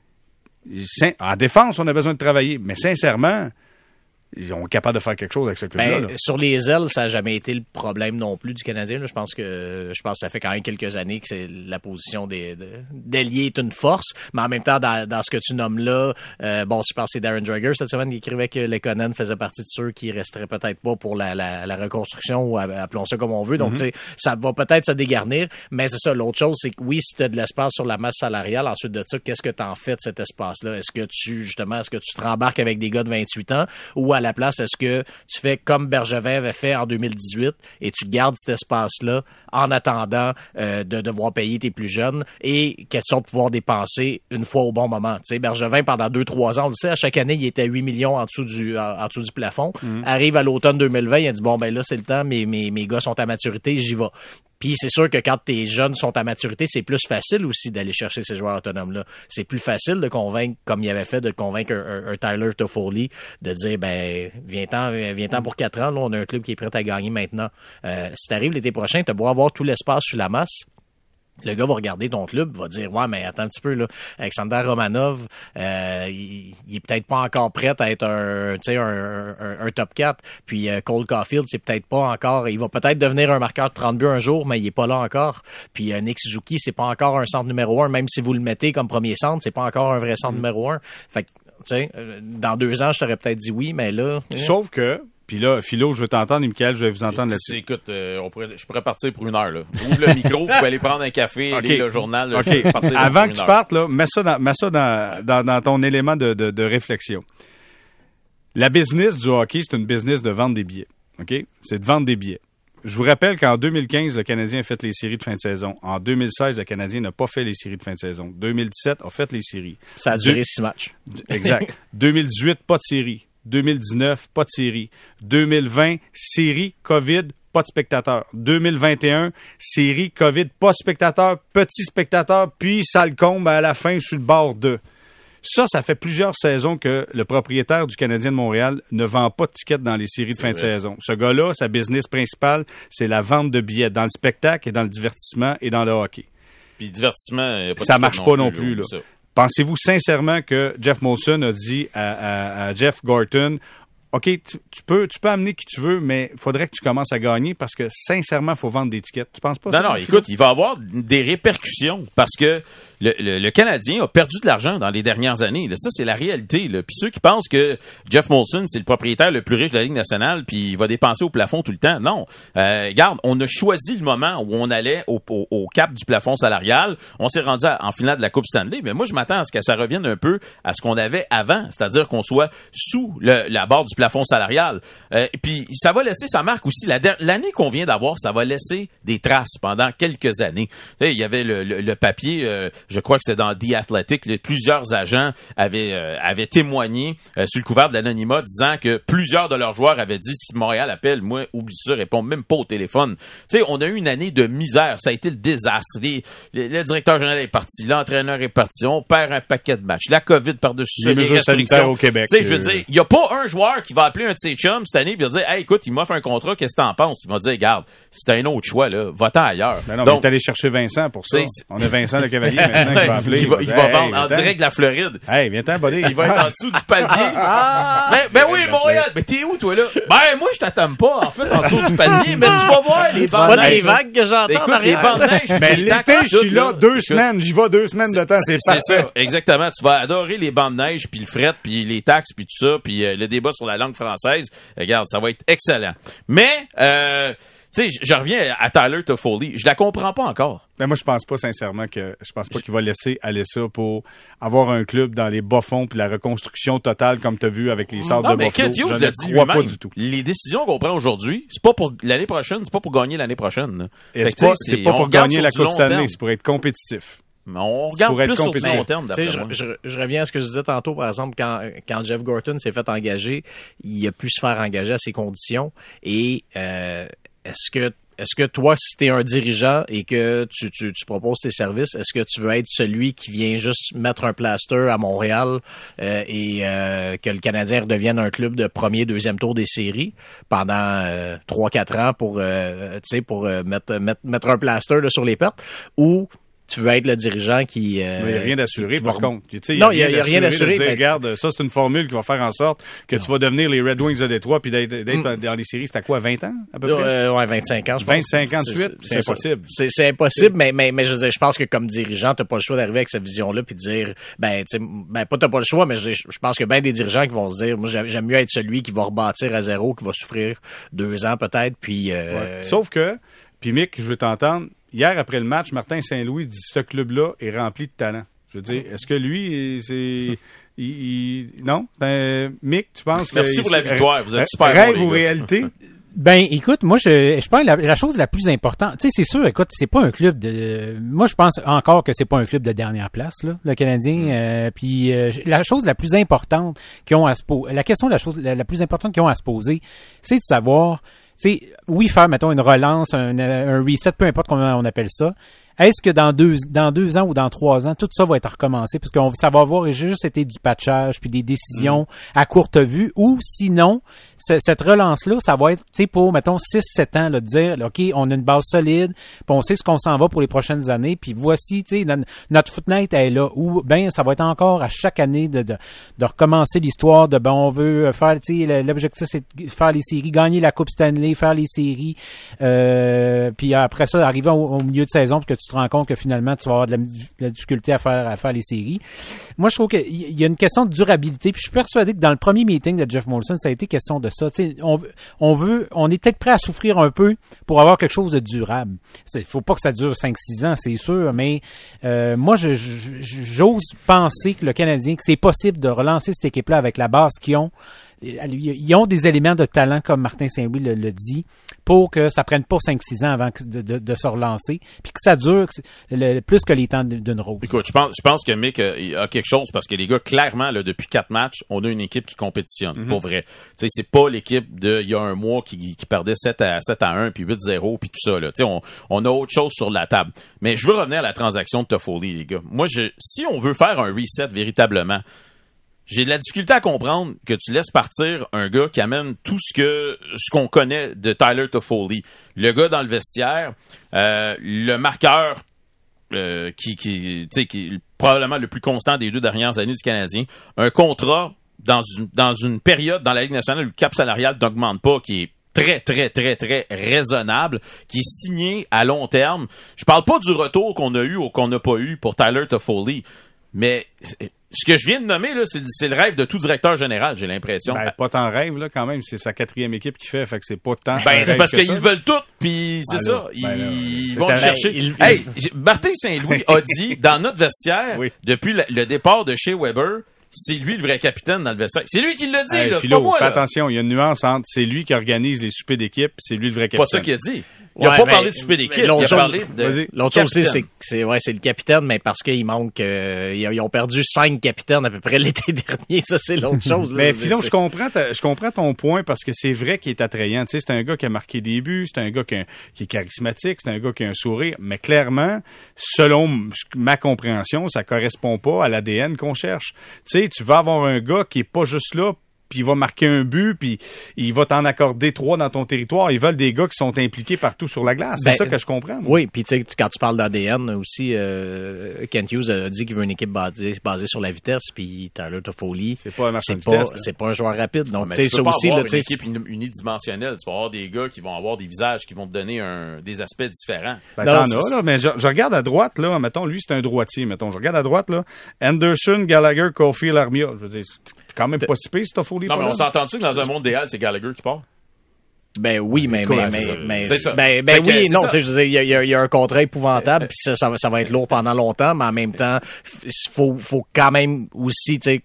En défense, on a besoin de travailler. Mais sincèrement, ils sont capables de faire quelque chose avec ce club-là. Ben, là. Sur les ailes, ça n'a jamais été le problème non plus du Canadien. Là. Je pense que je pense que ça fait quand même quelques années que c'est la position des de, d'ailier est une force. Mais en même temps, dans, dans ce que tu nommes là, euh, bon, je pense que c'est Darren Dreger cette semaine qui écrivait que Lekonen faisait partie de ceux qui resteraient peut-être pas pour la, la, la reconstruction, ou appelons ça comme on veut. Donc, mm-hmm. tu sais, ça va peut-être se dégarnir. Mais c'est ça, l'autre chose, c'est que oui, si tu as de l'espace sur la masse salariale, ensuite de ça, qu'est-ce que tu en fais de cet espace-là? Est-ce que tu, justement, est-ce que tu te rembarques avec des gars de vingt-huit ans, ou à la place, est-ce que tu fais comme Bergevin avait fait en deux mille dix-huit et tu gardes cet espace-là en attendant euh, de devoir payer tes plus jeunes, et question de pouvoir dépenser une fois au bon moment. Tu sais, Bergevin, pendant deux trois ans, on le sait, à chaque année, il était à huit millions en dessous du, en, en dessous du plafond. Mm-hmm. Arrive à l'automne deux mille vingt, il a dit, bon, ben là, c'est le temps, mes, mes, mes gars sont à maturité, j'y vais. Puis c'est sûr que quand tes jeunes sont à maturité, c'est plus facile aussi d'aller chercher ces joueurs autonomes-là. C'est plus facile de convaincre, comme il avait fait, de convaincre un, un, un Tyler Toffoli, de dire, ben, viens-t'en, viens-t'en pour quatre ans, là, on a un club qui est prêt à gagner maintenant. Euh, si t'arrives l'été prochain, t'as beau avoir tout l'espace sur la masse, le gars va regarder ton club, va dire, ouais, mais attends un petit peu, là, Alexander Romanov, euh, il, il est peut-être pas encore prêt à être un, tu sais, un, un, un top quatre. Puis euh, Cole Caulfield, c'est peut-être pas encore, il va peut-être devenir un marqueur de trente buts un jour, mais il est pas là encore. Puis euh, Nick Suzuki, c'est pas encore un centre numéro un, même si vous le mettez comme premier centre, c'est pas encore un vrai centre mm. numéro un. Fait que, tu sais, dans deux ans, je t'aurais peut-être dit oui, mais là... Sauf que... Puis là, Philo, je veux t'entendre, et Michael, je vais vous entendre là-dessus. Écoute, euh, on pourrait, je pourrais partir pour une heure. Là. Ouvre le micro, vous pouvez aller prendre un café, okay. lire le journal. Là, okay. Avant que tu partes, là, mets ça dans, mets ça dans, dans, dans ton élément de, de, de réflexion. La business du hockey, c'est une business de vendre des billets. OK? C'est de vendre des billets. Je vous rappelle qu'en deux mille quinze, le Canadien a fait les séries de fin de saison. En deux mille seize, le Canadien n'a pas fait les séries de fin de saison. deux mille dix-sept a fait les séries. Ça a duré Deux... six matchs. Exact. deux mille dix-huit, pas de séries. deux mille dix-neuf, pas de série. deux mille vingt, série, COVID, pas de spectateurs. deux mille vingt et un, série, COVID, pas de spectateurs, petit spectateur, puis ça le comble à la fin, je suis le bord de. Ça, ça fait plusieurs saisons que le propriétaire du Canadien de Montréal ne vend pas de tickets dans les séries de fin de saison. Ce gars-là, sa business principale, c'est la vente de billets dans le spectacle et dans le divertississement et dans le hockey. Puis divertissement, pas ça marche non pas plus, non plus, là. là. Pensez-vous sincèrement que Jeff Molson a dit à, à, à Jeff Gorton, OK, tu, tu peux tu peux amener qui tu veux, mais il faudrait que tu commences à gagner parce que sincèrement, il faut vendre des tickets. Tu penses pas non, ça? Non, non, écoute, il va y avoir des répercussions parce que le, le, le Canadien a perdu de l'argent dans les dernières années. Là. Ça, c'est la réalité. Là. Puis ceux qui pensent que Jeff Molson, c'est le propriétaire le plus riche de la Ligue nationale puis il va dépenser au plafond tout le temps. Non. Euh, regarde, on a choisi le moment où on allait au, au, au cap du plafond salarial. On s'est rendu à, en finale de la Coupe Stanley. Mais moi, je m'attends à ce que ça revienne un peu à ce qu'on avait avant. C'est-à-dire qu'on soit sous le, la barre du plafond salarial. Euh, et puis, ça va laisser sa marque aussi. La, l'année qu'on vient d'avoir, ça va laisser des traces pendant quelques années. Tu sais, il y avait le, le, le papier, euh, je crois que c'était dans The Athletic, les, plusieurs agents avaient, euh, avaient témoigné euh, sur le couvert de l'anonymat disant que plusieurs de leurs joueurs avaient dit, si Montréal appelle, moi, oublie ça, réponds même pas au téléphone. Tu sais, on a eu une année de misère. Ça a été le désastre. Les, les, le directeur général est parti, l'entraîneur est parti, on perd un paquet de matchs. La COVID par-dessus ça, les restrictions. Au Québec. Tu sais, je veux dire, il y a pas un joueur qui va appeler un de ses chums cette année et dire, hey, écoute, il m'offre un contrat, qu'est-ce que t'en penses? Il va dire, regarde, si t'as un autre choix, là, va-t'en ailleurs. Ben non, donc, mais allé chercher Vincent pour ça. On a Vincent le Cavalier maintenant qui va appeler. Il va, il va hey, vendre en viens-t'en. direct de la Floride. Hey, viens-t'en, buddy. Il va être en dessous du palmier. Ah, mais ben oui, Montréal. Mais t'es où, toi, là? Ben, moi, je t'attends pas, en fait, en dessous du palmier. Mais tu vas voir les bandes de neige. neige. Les vagues que j'entends. Écoute, les bandes de neige. Ben, l'été, je suis là deux semaines. J'y vais deux semaines de temps. C'est C'est parfait. ça, exactement. Tu vas adorer les bandes de neige, puis le fret, puis les taxes, puis tout ça, puis euh, le débat sur la langue française. Regarde, ça va être excellent. Mais, euh, tu sais, je reviens à Tyler Toffoli. Je la comprends pas encore. Ben moi, je pense pas sincèrement que je pense pas qu'il va laisser aller ça pour avoir un club dans les bas-fonds puis la reconstruction totale comme tu as vu avec les Sables de mais Buffalo. Kent Hughes Je l'a ne dit crois pas lui-même. du tout. Les décisions qu'on prend aujourd'hui, c'est pas pour l'année prochaine, c'est pas pour gagner l'année prochaine. Là. Et Fait C'est que, pas, tu sais, c'est pas on pour regarde gagner sur la du Coupe long Stanley, terme. c'est pour être compétitif. Mais on regarde pour être plus sur du compétitif. long terme, Tu sais, d'après je, moi. je, je reviens à ce que je disais tantôt, par exemple, quand, quand Jeff Gorton s'est fait engager, il a pu se faire engager à ses conditions. Et euh, est-ce que est-ce que toi, si t'es un dirigeant et que tu, tu, tu proposes tes services, est-ce que tu veux être celui qui vient juste mettre un plaster à Montréal euh, et euh, que le Canadien redevienne un club de premier, deuxième tour des séries pendant euh, trois, quatre ans pour, euh, tu sais, pour euh, mettre, mettre, mettre un plaster là, sur les pertes, ou tu veux être le dirigeant qui... Euh, il n'y a rien d'assuré, par va... contre. Tu sais, non, il n'y a, a rien d'assuré. De dire, mais... regarde, ça, c'est une formule qui va faire en sorte que non. tu vas devenir les Red Wings de Détroit puis d'être, d'être mm. dans les séries. C'est à quoi, vingt ans, à peu près? Euh, ouais, vingt-cinq ans, je pense. vingt-cinq ans de suite, c'est, c'est impossible. C'est, c'est impossible, mais, mais, mais je veux dire, je pense que comme dirigeant, t'as pas le choix d'arriver avec cette vision-là puis de dire, ben, tu sais, ben, pas t'as pas le choix, mais je, je pense que ben des dirigeants qui vont se dire, moi, j'aime mieux être celui qui va rebâtir à zéro, qui va souffrir deux ans peut-être, puis... Euh... Ouais. Sauf que, puis Mick, je veux t'entendre, hier, après le match, Martin Saint-Louis dit ce club-là est rempli de talent. Je veux dire, est-ce que lui, c'est... il, il, non? Ben, Mick, tu penses que... Merci pour la victoire. Vous êtes r- super Rêve bon, ou réalité? Ben, écoute, moi, je, je pense que la, la chose la plus importante, tu sais, c'est sûr, écoute, c'est pas un club de, moi, je pense encore que c'est pas un club de dernière place, là, le Canadien. Mm. Euh, puis euh, la chose la plus importante qu'ils ont à se poser, la question, la chose la, la plus importante qu'ils ont à se poser, c'est de savoir sais, oui, faire, mettons, une relance, un, un reset, peu importe comment on appelle ça. Est-ce que dans deux, dans deux ans ou dans trois ans, tout ça va être recommencé? Parce que ça va avoir juste été du patchage puis des décisions mmh. à courte vue. Ou sinon, c- cette relance-là, ça va être, tu sais, pour, mettons, six sept ans, là, de dire, OK, on a une base solide, puis on sait ce qu'on s'en va pour les prochaines années, puis voici, tu sais, notre footnight est là. Ou, ben, ça va être encore à chaque année de, de, de recommencer l'histoire de, ben, on veut faire, tu sais, l'objectif, c'est de faire les séries, gagner la Coupe Stanley, faire les séries, euh, puis après ça, arriver au, au milieu de saison, puis que tu tu te rends compte que finalement, tu vas avoir de la, de la difficulté à faire, à faire les séries. Moi, je trouve qu'il y a une question de durabilité. Puis je suis persuadé que dans le premier meeting de Jeff Molson, ça a été question de ça. Tu sais, on, on veut, on est peut-être prêt à souffrir un peu pour avoir quelque chose de durable. Il faut pas que ça dure cinq six ans, c'est sûr, mais euh, moi, je, je, j'ose penser que le Canadien, que c'est possible de relancer cette équipe-là avec la base qu'ils ont. Ils ont des éléments de talent, comme Martin Saint-Louis le, le dit, pour que ça prenne pas cinq six ans avant de, de, de se relancer, puis que ça dure le, plus que les temps d'une rose. Écoute, je pense, je pense que Mick a quelque chose, parce que les gars, clairement, là, depuis quatre matchs, on a une équipe qui compétitionne, mm-hmm. pour vrai. Tu sais, c'est pas l'équipe de il y a un mois qui, qui perdait sept à un, puis huit zéro, puis tout ça. Là. Tu sais, on, on a autre chose sur la table. Mais je veux revenir à la transaction de Toffoli, les gars. Moi, je, si on veut faire un reset véritablement, j'ai de la difficulté à comprendre que tu laisses partir un gars qui amène tout ce que ce qu'on connaît de Tyler Toffoli. Le gars dans le vestiaire, euh, le marqueur euh, qui, qui, tu sais, qui est probablement le plus constant des deux dernières années du Canadien. Un contrat dans une, dans une période dans la Ligue nationale où le cap salarial n'augmente pas, qui est très, très, très, très raisonnable, qui est signé à long terme. Je parle pas du retour qu'on a eu ou qu'on n'a pas eu pour Tyler Toffoli, mais ce que je viens de nommer, là, c'est, c'est le rêve de tout directeur général, j'ai l'impression. Ben, pas tant rêve, là, quand même. C'est sa quatrième équipe qui fait, fait que c'est pas tant. Ben, c'est parce qu'ils ça. veulent tout, puis c'est ben ça. Là, ils ben là, ils vont le chercher. Il... Hey, Martin Saint-Louis a dit, dans notre vestiaire, oui. depuis le, le départ de Shea Weber, c'est lui le vrai capitaine dans le vestiaire. C'est lui qui l'a dit, hey, là. Philo, pas moi, fais là. Attention, il y a une nuance entre c'est lui qui organise les soupers d'équipe, c'est lui le vrai capitaine. Pas ça qu'il a dit. Il ouais, a pas mais, parlé de souper d'équipe, il a chose, parlé de l'autre chose aussi, c'est que c'est, ouais, c'est le capitaine, mais parce qu'il manque, euh, ils ont perdu cinq capitaines à peu près l'été dernier, ça c'est l'autre chose. Là, mais Philon, je comprends, ta, je comprends ton point parce que c'est vrai qu'il est attrayant. Tu sais, c'est un gars qui a marqué des buts, c'est un gars qui, a, qui est charismatique, c'est un gars qui a un sourire, mais clairement, selon ma compréhension, ça correspond pas à l'A D N qu'on cherche. Tu sais, tu vas avoir un gars qui est pas juste là, puis il va marquer un but, puis il va t'en accorder trois dans ton territoire. Ils veulent des gars qui sont impliqués partout sur la glace. C'est ben, ça que je comprends. Moi. Oui, puis tu sais, quand tu parles d'A D N aussi, euh, Kent Hughes a dit qu'il veut une équipe basée, basée sur la vitesse, puis Tyler Toffoli, c'est pas un c'est pas, vitesse, c'est pas un joueur rapide. Donc, tu sais, ça peux pas aussi, avoir là, une équipe unidimensionnelle. Tu vas avoir des gars qui vont avoir des visages qui vont te donner un, des aspects différents. Ben, non, t'en as, là, mais je, je regarde à droite, là, mettons, lui, c'est un droitier, mettons. Je regarde à droite, là, Anderson, Gallagher, Caulfield, Armia. Je veux dire, c'est quand même pas si pire, si Toffoli. Non, mais on s'entend-tu que dans un monde idéal, c'est Gallagher qui part? Ben oui, mais Écoute, mais c'est mais, ça. mais ben, ben oui et non, tu sais, je veux dire, il y a, il y a un contrat épouvantable, puis ça, ça, ça va être lourd pendant longtemps, mais en même temps, faut faut quand même aussi, tu sais,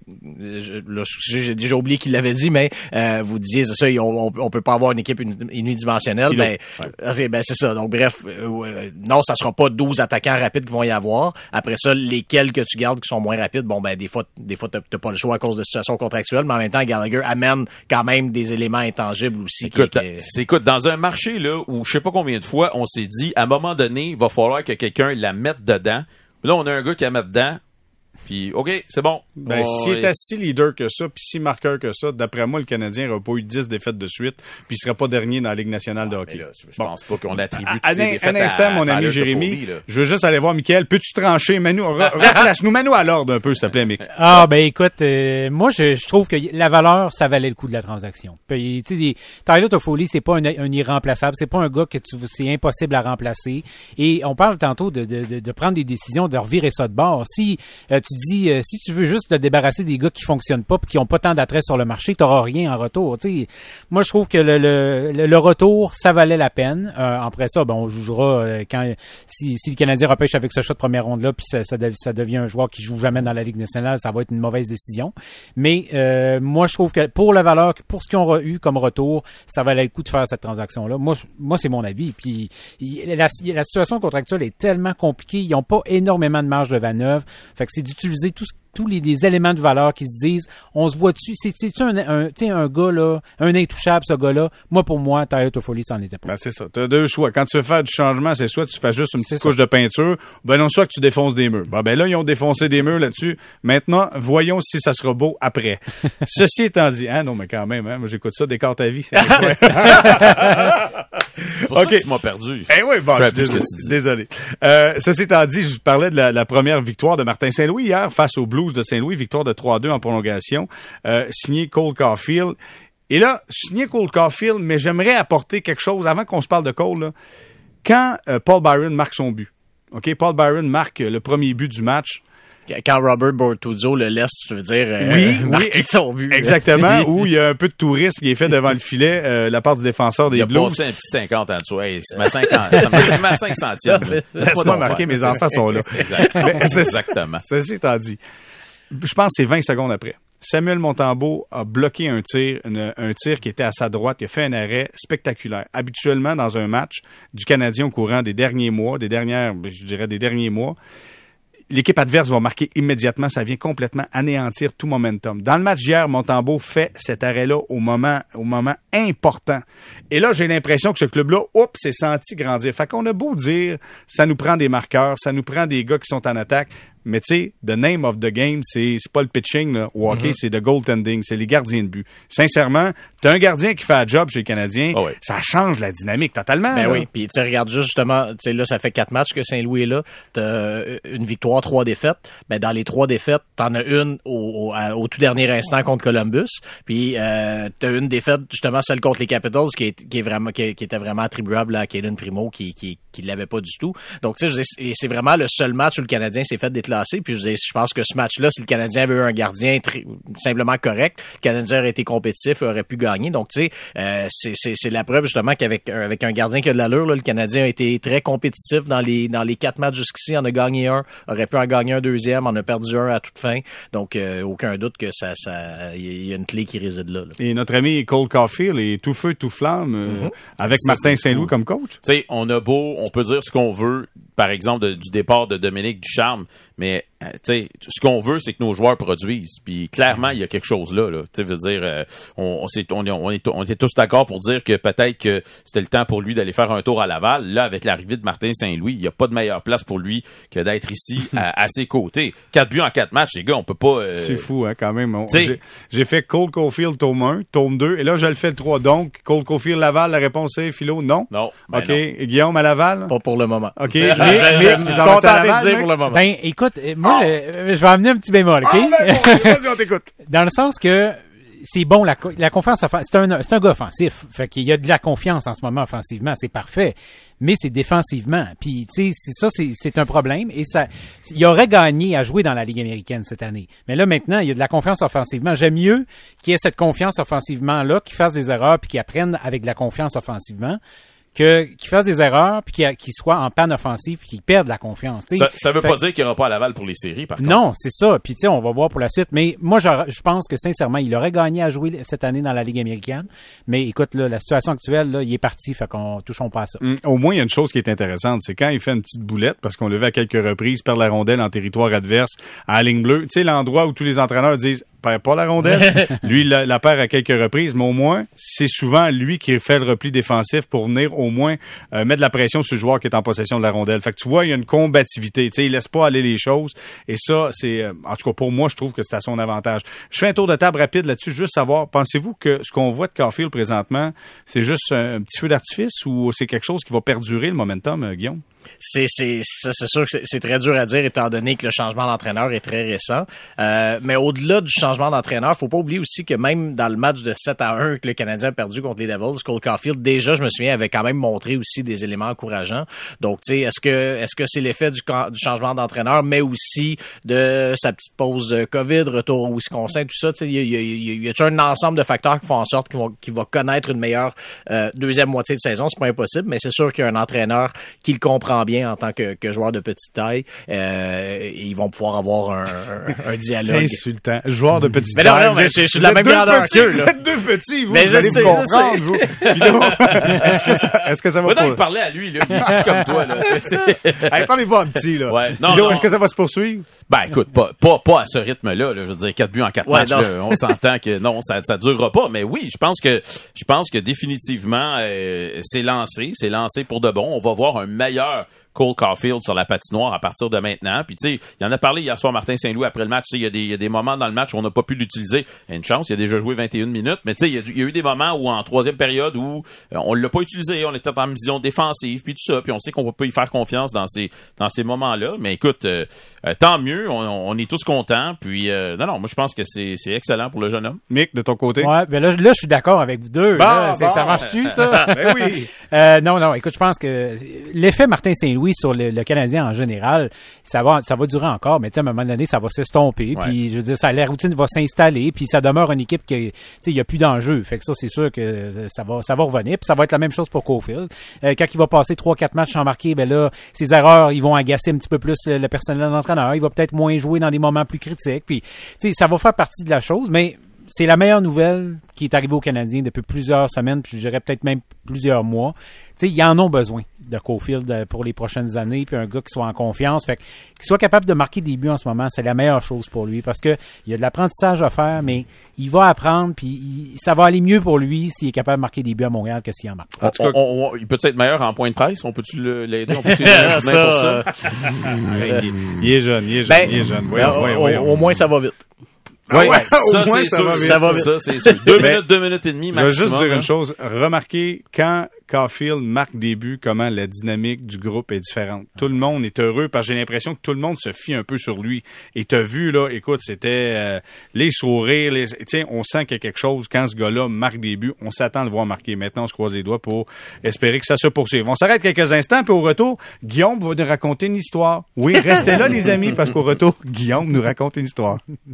là, j'ai déjà oublié qu'il l'avait dit, mais euh, vous disiez c'est ça, on, on, on peut pas avoir une équipe unidimensionnelle, ben, ouais. ben c'est ça. Donc bref, euh, non, ça sera pas douze attaquants rapides qui vont y avoir. Après ça, lesquels que tu gardes qui sont moins rapides, bon ben des fois, des fois t'as, t'as pas le choix à cause de situation contractuelle, mais en même temps, Gallagher amène quand même des éléments intangibles aussi. Écoute, qui, qui, c'est écoute, dans un marché là où je sais pas combien de fois on s'est dit à un moment donné, il va falloir que quelqu'un la mette dedans. Là, on a un gars qui la met dedans. Puis, OK, c'est bon. Ben, on... s'il était si leader que ça, puis si marqueur que ça, d'après moi, le Canadien n'aurait pas eu dix défaites de suite, puis il serait pas dernier dans la Ligue nationale de ah, hockey. Là, je bon. pense pas qu'on attribue à, toutes à, les défaites un instant, à, mon à ami Jérémy, Toffoli, je veux juste aller voir Mickaël. Peux-tu trancher? Mets-nous, replace-nous, mets-nous à l'ordre un peu, s'il te plaît, Mick. Ah, ben écoute, euh, moi, je, je trouve que la valeur, ça valait le coup de la transaction. Puis, tu sais, Tyler Toffoli, c'est pas un, un irremplaçable, c'est pas un gars que tu, c'est impossible à remplacer. Et on parle tantôt de, de, de, de prendre des décisions, de revirer ça de bord. Si euh, tu dis, euh, si tu veux juste te débarrasser des gars qui fonctionnent pas puis qui ont pas tant d'attrait sur le marché, t'auras rien en retour. T'sais, moi, je trouve que le, le, le retour, ça valait la peine. Euh, après ça, ben, on jugera euh, quand si, si le Canadien repêche avec ce choix de première ronde-là, puis ça, ça, dev, ça devient un joueur qui joue jamais dans la Ligue nationale, ça va être une mauvaise décision. Mais euh, moi, je trouve que pour la valeur, pour ce qu'ils ont eu comme retour, ça valait le coup de faire cette transaction-là. Moi, je, moi, c'est mon avis. Puis la, la situation contractuelle est tellement compliquée, ils n'ont pas énormément de marge de manœuvre. Fait que c'est du d'utiliser tout ce tous les, les éléments de valeur qui se disent, on se voit-tu, c'est, c'est-tu un, un, tu sais, un gars, là, un intouchable, ce gars-là? Moi, pour moi, Tyler Toffoli, ça en était pas. Ben, c'est ça. T'as deux choix. Quand tu veux faire du changement, c'est soit tu fais juste une petite couche de peinture, ben non, soit que tu défonces des murs. Ben, ben là, ils ont défoncé des murs là-dessus. Maintenant, voyons si ça sera beau après. Ceci étant dit, ah non, mais quand même, hein, moi, j'écoute ça, décarte ta vie, c'est incroyable. C'est pour okay. ça que tu m'as perdu. Eh oui, bon, je désolé. désolé. Euh, ceci étant dit, je vous parlais de la, la première victoire de Martin Saint-Louis hier face aux Blues de Saint-Louis, victoire de trois à deux en prolongation, euh, signé Cole Caulfield. Et là, signé Cole Caulfield, mais j'aimerais apporter quelque chose avant qu'on se parle de Cole. Là. Quand euh, Paul Byron marque son but, ok, Paul Byron marque le premier but du match. Quand Robert Bortuzzo le laisse, je veux dire, euh, oui, marquer oui, son but. Exactement, où il y a un peu de tourisme qui est fait devant le filet, euh, la part du défenseur des Blues. Il a passé un petit cinquante en dessous. Hey, c'est ma cinquante, ça m'a, c'est ma cinq centième. Laisse-moi marquer, mes enfants sont là. Exact. Mais, Exactement. Ceci étant dit, je pense que c'est vingt secondes après. Samuel Montembeault a bloqué un tir, une, un tir qui était à sa droite. Il a fait un arrêt spectaculaire. Habituellement, dans un match du Canadien au courant des derniers mois, des dernières, je dirais des derniers mois, l'équipe adverse va marquer immédiatement. Ça vient complètement anéantir tout momentum. Dans le match d'hier, Montembeault fait cet arrêt-là au moment, au moment important. Et là, j'ai l'impression que ce club-là, oups, s'est senti grandir. Fait qu'on a beau dire, ça nous prend des marqueurs, ça nous prend des gars qui sont en attaque. Mais tu sais, the name of the game, c'est, c'est pas le pitching là, au hockey, mm-hmm. c'est le goaltending, c'est les gardiens de but. Sincèrement, t'as un gardien qui fait un job chez les Canadiens, oh oui. ça change la dynamique totalement. Ben là. oui, puis tu regarde juste justement, tu sais là, ça fait quatre matchs que Saint-Louis est là, t'as une victoire, trois défaites. Ben dans les trois défaites, t'en as une au, au, au tout dernier instant contre Columbus, puis euh, t'as une défaite justement celle contre les Capitals qui est, qui est vraiment, qui, qui était vraiment attribuable à Caden Primo qui, qui, qui l'avait pas du tout. Donc tu sais, c'est vraiment le seul match où le Canadien s'est fait déclasser. Puis je, je pense que ce match-là, si le Canadien avait eu un gardien très, simplement correct, le Canadien aurait été compétitif et aurait pu gagner. Donc, tu sais, euh, c'est, c'est, c'est la preuve justement qu'avec avec un gardien qui a de l'allure, là, le Canadien a été très compétitif dans les dans les quatre matchs jusqu'ici. On a gagné un, aurait pu en gagner un deuxième, on a perdu un à toute fin. Donc, euh, aucun doute que ça, ça, il y a une clé qui réside là. là. Et notre ami Cole Caulfield est tout feu, tout flamme, euh, mm-hmm. avec ça, Martin Saint-Louis cool. comme coach. Tu sais, on a beau, on peut dire ce qu'on veut, par exemple, de, du départ de Dominique Ducharme, mais euh, tu sais, ce qu'on veut, c'est que nos joueurs produisent. Puis clairement, il y a quelque chose là. là. Tu sais, veux dire, euh, on, on, s'est, on, on, est, on était tous d'accord pour dire que peut-être que c'était le temps pour lui d'aller faire un tour à Laval. Là, avec l'arrivée de Martin Saint-Louis, il n'y a pas de meilleure place pour lui que d'être ici à, à ses côtés. Quatre buts en quatre matchs, les gars, on peut pas. Euh... C'est fou, hein, quand même. On, j'ai, j'ai fait Cole Caulfield tome un, tome deux, et là, je le fais le trois. Donc, Cole Caulfield Laval, la réponse est Philo, non. Non. Ben ok. Non. Guillaume à Laval. Pas pour le moment. Ok. mais, mais, mais je suis content de dire pour le moment. Ben, écoute, moi, oh! je, je vais amener un petit bémol, ok? Ah, ben bon, vas-y, on t'écoute. Dans le sens que c'est bon, la, la confiance offensive, c'est un, c'est un gars offensif. Fait qu'il y a de la confiance en ce moment offensivement, c'est parfait. Mais c'est défensivement. Puis, tu sais, c'est ça, c'est, c'est un problème. Et ça, il aurait gagné à jouer dans la Ligue américaine cette année. Mais là, maintenant, il y a de la confiance offensivement. J'aime mieux qu'il y ait cette confiance offensivement-là, qu'il fasse des erreurs puis qu'il apprenne avec de la confiance offensivement, que qu'il fasse des erreurs puis qu'il, qu'il soit en panne offensive puis qu'il perde la confiance. T'sais. Ça, ça veut fait, pas dire qu'il n'y aura pas à Laval pour les séries, par contre. Non, c'est ça. Puis tu sais, on va voir pour la suite. Mais moi, je, je pense que sincèrement, il aurait gagné à jouer cette année dans la Ligue américaine. Mais écoute, là, la situation actuelle, là, il est parti, fait qu'on touchons pas à ça. Mmh, au moins, il y a une chose qui est intéressante, c'est quand il fait une petite boulette, parce qu'on le vu à quelques reprises, perdre la rondelle en territoire adverse à la ligne bleue. Tu sais, l'endroit où tous les entraîneurs disent perd pas la rondelle. Lui, il la, la perd à quelques reprises, mais au moins, c'est souvent lui qui fait le repli défensif pour venir au moins euh, mettre de la pression sur le joueur qui est en possession de la rondelle. Fait que tu vois, il y a une combativité. Tu sais, il laisse pas aller les choses. Et ça, c'est, euh, en tout cas, pour moi, je trouve que c'est à son avantage. Je fais un tour de table rapide là-dessus, juste savoir, pensez-vous que ce qu'on voit de Caulfield présentement, c'est juste un, un petit feu d'artifice ou c'est quelque chose qui va perdurer le momentum, euh, Guillaume? C'est, c'est, c'est, c'est sûr que c'est, c'est très dur à dire étant donné que le changement d'entraîneur est très récent. Euh, mais au-delà du changement d'entraîneur, faut pas oublier aussi que même dans le match de sept à un que le Canadien a perdu contre les Devils, Cole Caulfield, déjà, je me souviens, avait quand même montré aussi des éléments encourageants. Donc, tu sais, est-ce que, est-ce que c'est l'effet du, du changement d'entraîneur, mais aussi de sa petite pause COVID, retour au Wisconsin, tout ça, tu sais, il y a, y a, y a, y a un ensemble de facteurs qui font en sorte qu'il va, qu'il va connaître une meilleure euh, deuxième moitié de saison. C'est pas impossible, mais c'est sûr qu'il y a un entraîneur qui le comprend comprend bien en tant que, que joueur de petite taille. Euh, ils vont pouvoir avoir un, un, un dialogue. C'est insultant. Joueur de petite mais taille. Non, non, mais je, je suis de la même grandeur qu'eux. Vous êtes deux petits, vous. Mais vous je allez sais, me comprendre, vous. Puis là, est-ce que ça, est-ce que ça va Moi, pas... il parlait à lui, là. Il est petit comme toi, là. Allez, parlez-vous un petit, là. Ouais. Non, Puis là, non. est-ce que ça va se poursuivre? Ben, écoute, pas, pas, pas à ce rythme-là, là. Je veux dire, quatre buts en quatre Ouais, matchs, non. là. On s'entend que non, ça, ça durera pas. Mais oui, je pense que, je pense que définitivement, euh, c'est lancé. C'est lancé pour de bon. On va voir un meilleur Cole Caulfield sur la patinoire à partir de maintenant. Puis tu sais, il en a parlé hier soir Martin Saint-Louis après le match. Tu sais, il y a des, il y a des moments dans le match où on n'a pas pu l'utiliser. Il y a une chance, il a déjà joué vingt et une minutes. Mais tu sais, il y a, il y a eu des moments où en troisième période où euh, on l'a pas utilisé, on était en vision défensive puis tout ça. Puis on sait qu'on peut y faire confiance dans ces, dans ces moments-là. Mais écoute, euh, euh, tant mieux. On, on est tous contents. Puis euh, non, non, moi je pense que c'est, c'est excellent pour le jeune homme. Mick, de ton côté? Ouais, ben là, je- là, je suis d'accord avec vous deux. Bon, là. C'est- bon. Ça marche-tu, ça? Ben oui. Euh, non, non, écoute, je pense que l'effet Martin Saint-Louis sur le, le Canadien en général, ça va, ça va durer encore, mais tu sais, à un moment donné, ça va s'estomper, Ouais. puis je veux dire, ça, la routine va s'installer, puis ça demeure une équipe qui, tu sais, il y a plus d'enjeu. Fait que ça, c'est sûr que ça va, ça va revenir, puis ça va être la même chose pour Caulfield. Euh, quand il va passer trois, quatre matchs sans marquer, ben là, ses erreurs, ils vont agacer un petit peu plus le, le personnel d'entraîneur. Il va peut-être moins jouer dans des moments plus critiques, puis tu sais, ça va faire partie de la chose, mais c'est la meilleure nouvelle qui est arrivée aux Canadiens depuis plusieurs semaines, puis je dirais peut-être même plusieurs mois. Tu sais, ils en ont besoin de Caulfield pour les prochaines années, puis un gars qui soit en confiance. Fait que, qu'il soit capable de marquer des buts en ce moment, c'est la meilleure chose pour lui, parce que il y a de l'apprentissage à faire, mais il va apprendre, puis il- ça va aller mieux pour lui s'il est capable de marquer des buts à Montréal que s'il en marque. En tout On- cas, on- on- il peut être meilleur en point de presse. On peut-tu le- l'aider? On peut-tu l'aider pour ça? il, il est jeune, il est jeune, Ben, il est jeune. au, Voyons, voyons, au- voyons. au moins, ça va vite. Ouais, ouais, ça, au moins, c'est ça sûr. va vite. Ça va vite. Ça, c'est sûr. Deux Mais- minutes, deux minutes et demie Je veux maximum. juste dire hein. une chose. Remarquez, quand Caulfield marque des buts, comment la dynamique du groupe est différente. Tout le monde est heureux parce que j'ai l'impression que tout le monde se fie un peu sur lui. Et t'as vu, là, écoute, c'était euh, les sourires, les, tiens, on sent qu'il y a quelque chose. Quand ce gars-là marque des buts, on s'attend à le voir marquer. Maintenant, on se croise les doigts pour espérer que ça se poursuive. On s'arrête quelques instants, puis au retour, Guillaume va nous raconter une histoire. Oui, restez là, les amis, parce qu'au retour, Guillaume nous raconte une histoire.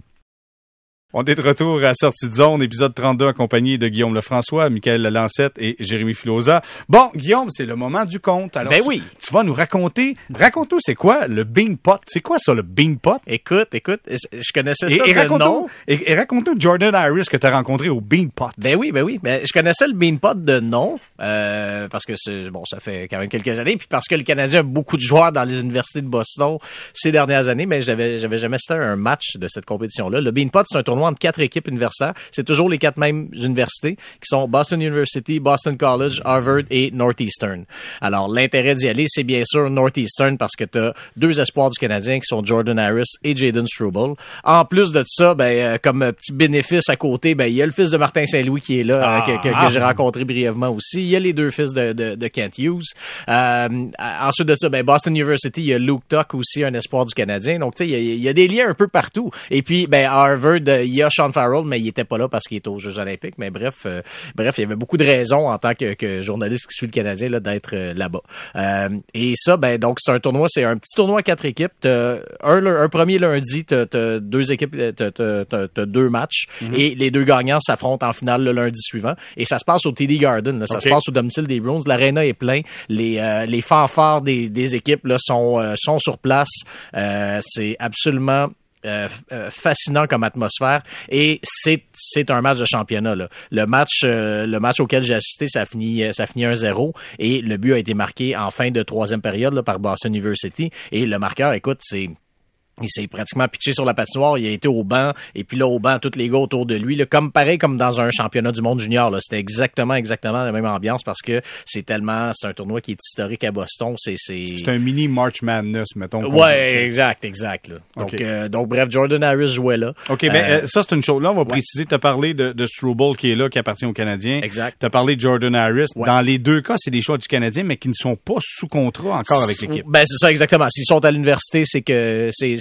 On est de retour à Sortie de zone, épisode trente-deux, accompagné de Guillaume Lefrançois, Michael Lancette et Jérémy Filosa. Bon, Guillaume, c'est le moment du conte. Alors, Ben tu, oui. tu vas nous raconter, raconte-nous, c'est quoi le Bean Pot? C'est quoi ça, le Bean Pot? Écoute, écoute, je connaissais Et, ça et de raconte-nous, nom. et, et raconte-nous Jordan Harris que tu as rencontré au Bean Pot. Ben oui, ben oui. Ben, je connaissais le Beanpot de nom, euh, parce que c'est, bon, ça fait quand même quelques années, puis parce que le Canadien a beaucoup de joueurs dans les universités de Boston ces dernières années, mais j'avais, j'avais jamais assisté à un match de cette compétition-là. Le Beanpot, c'est un tournoi entre quatre équipes universitaires. C'est toujours les quatre mêmes universités, qui sont Boston University, Boston College, Harvard et Northeastern. Alors, l'intérêt d'y aller, c'est bien sûr Northeastern, parce que t'as deux espoirs du Canadien, qui sont Jordan Harris et Jayden Struble. En plus de ça, ben, euh, comme petit bénéfice à côté, ben, il y a le fils de Martin Saint-Louis qui est là, Ah, euh, que, que, ah. que j'ai rencontré brièvement aussi. Il y a les deux fils de, de, de Kent Hughes. Euh, ensuite de ça, ben, Boston University, il y a Luke Tuck aussi, un espoir du Canadien. Donc, tu sais, il y, a, il y a des liens un peu partout. Et puis, ben, à Harvard, il y a Sean Farrell, mais il était pas là parce qu'il était aux Jeux Olympiques. Mais bref, euh, bref, il y avait beaucoup de raisons en tant que, que journaliste qui suit le Canadien là, d'être euh, là-bas. Euh, et ça, ben, donc, c'est un tournoi, c'est un petit tournoi à quatre équipes. T'as un, un premier lundi, t'as, t'as deux équipes, t'as, t'as, t'as, t'as deux matchs. Mm-hmm. Et les deux gagnants s'affrontent en finale le lundi suivant. Et ça se passe au T D Garden. Là. Ça okay. se passe au domicile des Bruins. L'aréna est plein. Les, euh, les fanfares des, des équipes là, sont, euh, sont sur place. Euh, c'est absolument... Euh, euh, fascinant comme atmosphère et c'est c'est un match de championnat là. Le match euh, le match auquel j'ai assisté, ça a fini ça a fini un zéro et le but a été marqué en fin de troisième période là, par Boston University et le marqueur, écoute, c'est il s'est pratiquement pitché sur la patinoire, il a été au banc, et puis là, au banc, tous les gars autour de lui, là, comme pareil comme dans un championnat du monde junior, là. C'était exactement, exactement la même ambiance parce que c'est tellement, c'est un tournoi qui est historique à Boston, c'est, c'est... C'est un mini March Madness, mettons. Ouais, exact, exact, là. Donc, okay. euh, donc, bref, Jordan Harris jouait là. OK, ben, euh, ça, c'est une chose. Là, on va ouais. préciser, tu as parlé de, de Struble qui est là, qui appartient aux Canadiens. Exact. Tu as parlé de Jordan Harris. Ouais. Dans les deux cas, c'est des choix du Canadien, mais qui ne sont pas sous contrat encore avec l'équipe. Ben, c'est ça, exactement. S'ils sont à l'université, c'est que, c'est,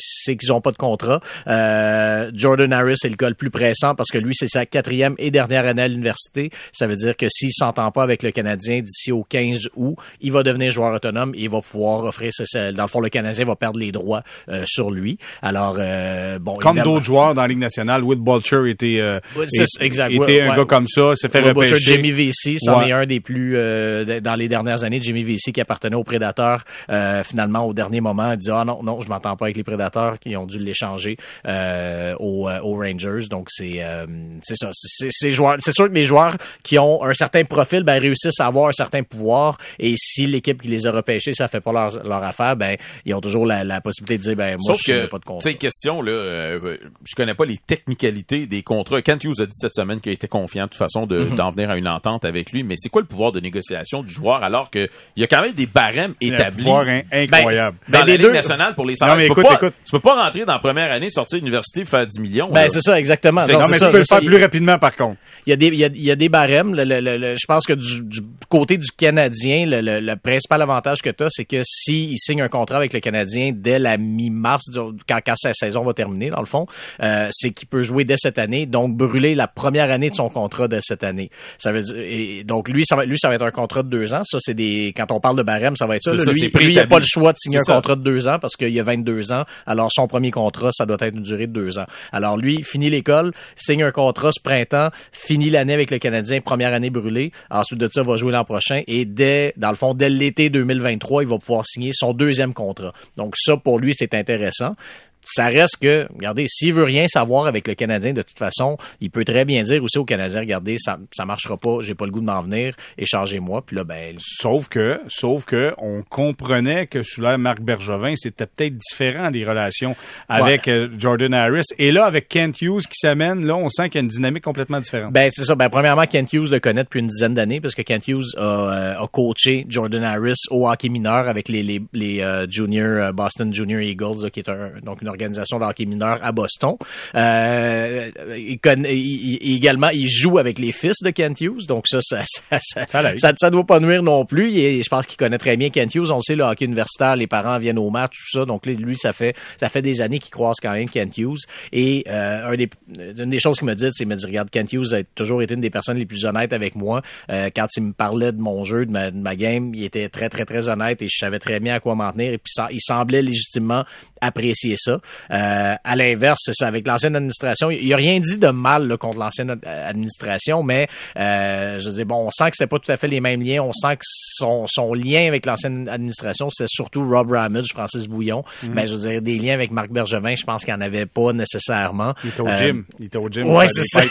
c'est qu'ils ont pas de contrat. Euh, Jordan Harris est le cas le plus pressant parce que lui, c'est sa quatrième et dernière année à l'université. Ça veut dire que s'il s'entend pas avec le Canadien d'ici au quinze août, il va devenir joueur autonome et il va pouvoir offrir, dans le fond, le Canadien va perdre les droits euh, sur lui. Alors, euh, bon, comme évidemment, d'autres joueurs dans la Ligue nationale, Will Butcher était, euh, est, exact. était un ouais, gars comme ça, s'est fait Will repêcher. Butcher, Jimmy Vesey, c'en ouais. est un des plus, euh, dans les dernières années, Jimmy Vesey qui appartenait aux Prédateurs, euh, finalement, au dernier moment, a dit, ah non, non, je m'entends pas avec les Prédateurs, qui ont dû l'échanger euh, aux, euh, aux Rangers. Donc, c'est, euh, c'est ça. C'est, c'est, joueurs, c'est sûr que les joueurs qui ont un certain profil, ben, réussissent à avoir un certain pouvoir. Et si l'équipe qui les a repêchés, ça fait pas leur, leur affaire, ben, ils ont toujours la, la possibilité de dire, ben, moi, Sauf je que, pas de contrat. Tu sais, question, là, euh, je connais pas les technicalités des contrats. Kent Hughes a dit cette semaine qu'il était confiant, de toute façon, de, mm-hmm. d'en venir à une entente avec lui. Mais c'est quoi le pouvoir de négociation du joueur alors que il y a quand même des barèmes établis? Un pouvoir in- incroyable. Ben, dans ben, la Ligue deux... nationale pour les salaires. Non, mais tu, écoute, peux pas, écoute. tu peux pas rentrer dans la première année, sortir de l'université et faire dix millions. Ben, là. c'est ça, exactement. Non, non, mais ça, tu peux le faire ça, plus rapidement, par contre. Il y a des, il y a, il y a des barèmes. Le, le, le, je pense que du, du côté du Canadien, le, le, le principal avantage que tu as, c'est que s'il signe un contrat avec le Canadien dès la mi-mars, quand, quand sa saison va terminer, dans le fond, euh, c'est qu'il peut jouer dès cette année, donc brûler la première année de son contrat dès cette année. Ça veut dire, et donc lui, ça va, lui, ça va être un contrat de deux ans. Ça, c'est des, quand on parle de barème, ça va être ça. C'est Là, ça lui, c'est lui, il n'a pas le choix de signer c'est un ça. contrat de deux ans parce qu'il y a vingt-deux ans. Alors, son premier contrat, ça doit être une durée de deux ans. Alors, lui, finit l'école, signe un contrat ce printemps, finit l'année avec le Canadien, première année brûlée. Ensuite de ça, va jouer l'an prochain et dès, dans le fond, dès l'été deux mille vingt-trois, il va pouvoir signer son deuxième contrat. Donc, ça, pour lui, c'est intéressant. Ça reste que, regardez, s'il veut rien savoir avec le Canadien, de toute façon, il peut très bien dire aussi au Canadien, regardez, ça, ça marchera pas, j'ai pas le goût de m'en venir, échangez-moi, puis là, ben... Sauf que, sauf que, on comprenait que sous l'ère Marc Bergevin, c'était peut-être différent des relations avec ouais. euh, Jordan Harris. Et là, avec Kent Hughes qui s'amène, là, on sent qu'il y a une dynamique complètement différente. Ben, c'est ça. Ben, premièrement, Kent Hughes le connaît depuis une dizaine d'années, parce que Kent Hughes a, euh, a coaché Jordan Harris au hockey mineur avec les, les, les euh, junior, euh, Boston Junior Eagles, là, qui est un, donc une organisation de hockey mineur à Boston. Euh, il connaît, il, il, également, il joue avec les fils de Kent Hughes, donc ça, ça, ça, ça, ça, ça, ça doit pas nuire non plus. Et je pense qu'il connaît très bien Kent Hughes. On le sait, le hockey universitaire, les parents viennent au match, tout ça. Donc lui, ça fait, ça fait des années qu'il croise quand même Kent Hughes. Et euh, un des, une des choses qu'il me dit, c'est qu'il me dit, regarde, Kent Hughes a toujours été une des personnes les plus honnêtes avec moi. Euh, quand il me parlait de mon jeu, de ma, de ma game, il était très, très, très honnête et je savais très bien à quoi m'en tenir. Et puis ça, il semblait légitimement apprécier ça. Euh, à l'inverse, c'est ça, avec l'ancienne administration, il a rien dit de mal là, contre l'ancienne administration, mais euh, je veux dire, bon, on sent que c'est pas tout à fait les mêmes liens. On sent que son, son lien avec l'ancienne administration, c'est surtout Rob Ramage, Francis Bouillon. Mm-hmm. Mais je veux dire, des liens avec Marc Bergevin, je pense qu'il n'y en avait pas nécessairement. Il était au euh, gym. Il était au gym. Ouais, c'est ça.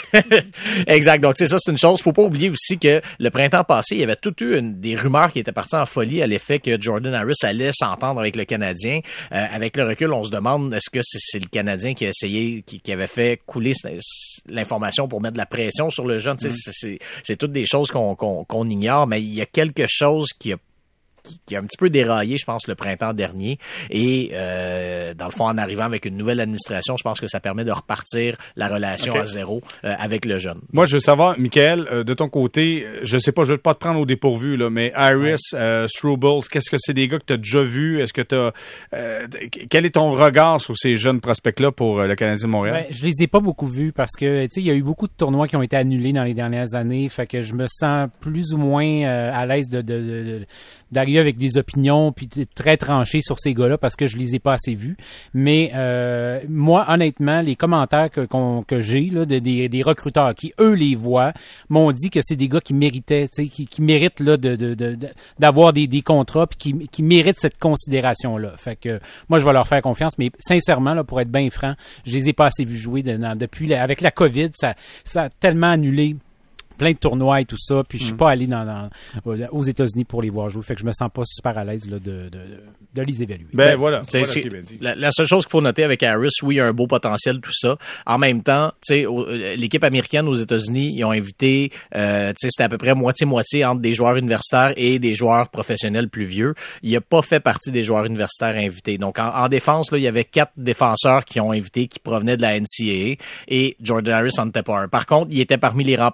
Exact. Donc, c'est ça, c'est une chose. Faut pas oublier aussi que le printemps passé, il y avait tout eu une, des rumeurs qui étaient parties en folie à l'effet que Jordan Harris allait s'entendre avec le Canadien. Euh, avec le recul, on se demande est-ce que c'est, c'est le Canadien qui a essayé, qui, qui avait fait couler l'information pour mettre de la pression sur le jeune. Mm. C'est, c'est, c'est toutes des choses qu'on, qu'on, qu'on ignore, mais il y a quelque chose qui a Qui, qui a un petit peu déraillé, je pense, le printemps dernier. Et euh, dans le fond, en arrivant avec une nouvelle administration, je pense que ça permet de repartir la relation okay. à zéro euh, avec le jeune. Moi, je veux savoir, Michael, euh, de ton côté, je sais pas, je veux pas te prendre au dépourvu, là, mais Harris, ouais. euh, Strubles, qu'est-ce que c'est des gars que tu as déjà vus? Est-ce que tu as... Euh, quel est ton regard sur ces jeunes prospects-là pour euh, le Canadien de Montréal? Ouais, je les ai pas beaucoup vus parce que, tu sais, il y a eu beaucoup de tournois qui ont été annulés dans les dernières années. Fait que je me sens plus ou moins euh, à l'aise de, de, de, de d'arriver avec des opinions puis très tranchées sur ces gars-là parce que je les ai pas assez vus. Mais euh, moi, honnêtement, les commentaires que, qu'on, que j'ai là, de, des, des recruteurs qui, eux, les voient, m'ont dit que c'est des gars qui méritaient, tu sais, qui, qui méritent là, de, de, de, de, d'avoir des, des contrats puis qui, qui méritent cette considération-là. Fait que moi, je vais leur faire confiance. Mais sincèrement, là, pour être bien franc, je les ai pas assez vus jouer de, dans, depuis la, avec la COVID, ça, ça a tellement annulé plein de tournois et tout ça, puis je suis mm. pas allé dans, dans, aux États-Unis pour les voir jouer, fait que je me sens pas super à l'aise là, de, de, de les évaluer. Ben, ben voilà, c'est, c'est, c'est, la, la seule chose qu'il faut noter avec Harris, oui, il y a un beau potentiel, tout ça. En même temps, tu sais, l'équipe américaine aux États-Unis, ils ont invité, euh, tu sais, c'était à peu près moitié-moitié entre des joueurs universitaires et des joueurs professionnels plus vieux. Il a pas fait partie des joueurs universitaires invités. Donc, en, en défense, là, il y avait quatre défenseurs qui ont invité, qui provenaient de la N C A A, et Jordan Harris en était pas un. Par contre, il était parmi les remplaçants. Donc,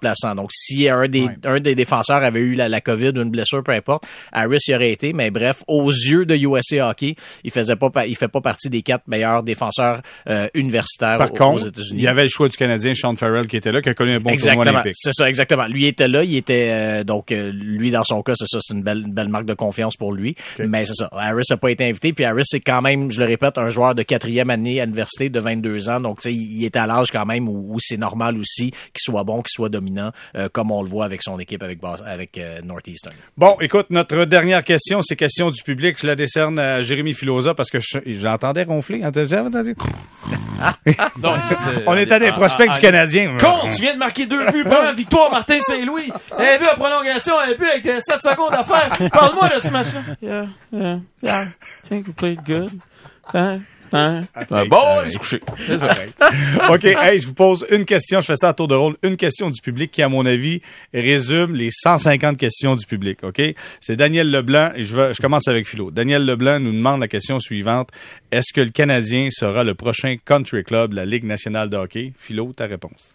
Donc, si un des, ouais. un des défenseurs avait eu la, la COVID ou une blessure, peu importe, Harris y aurait été. Mais bref, aux yeux de U S A Hockey, il faisait pas, il fait pas partie des quatre meilleurs défenseurs euh, universitaires Par aux, contre, aux États-Unis. Il y avait le choix du Canadien, Sean Farrell, qui était là, qui a connu un bon exactement, tournoi olympique. C'est ça, exactement. Lui était là, il était euh, donc euh, lui dans son cas, c'est ça, c'est une belle, une belle marque de confiance pour lui. Okay. Mais c'est ça, Harris a pas été invité. Puis Harris, c'est quand même, je le répète, un joueur de quatrième année à l'université de vingt-deux ans. Donc, tu sais, il est à l'âge quand même où, où c'est normal aussi qu'il soit bon, qu'il soit dominant, euh, comme on le voit avec son équipe avec avec euh, Northeastern. Bon, écoute, notre dernière question, c'est question du public. Je la décerne à Jérémy Filosa parce que je, j'entendais ronfler. Entendu? Non, ça, c'est, on était des prospects ah, ah, du Canadien. Con, tu viens de marquer deux buts. Première victoire, Martin Saint-Louis. Un but à prolongation, un but avec sept secondes à faire. Parle-moi de ce match-là. Yeah, yeah, yeah. I think we played good. Hein? Hein? Ah, bon, allez se coucher. OK, hey, je vous pose une question. Je fais ça à tour de rôle. Une question du public qui, à mon avis, résume les cent cinquante questions du public. OK? C'est Daniel Leblanc et je, vais, je commence avec Philo. Daniel Leblanc nous demande la question suivante. Est-ce que le Canadien sera le prochain country club de la Ligue nationale de hockey? Philo, ta réponse.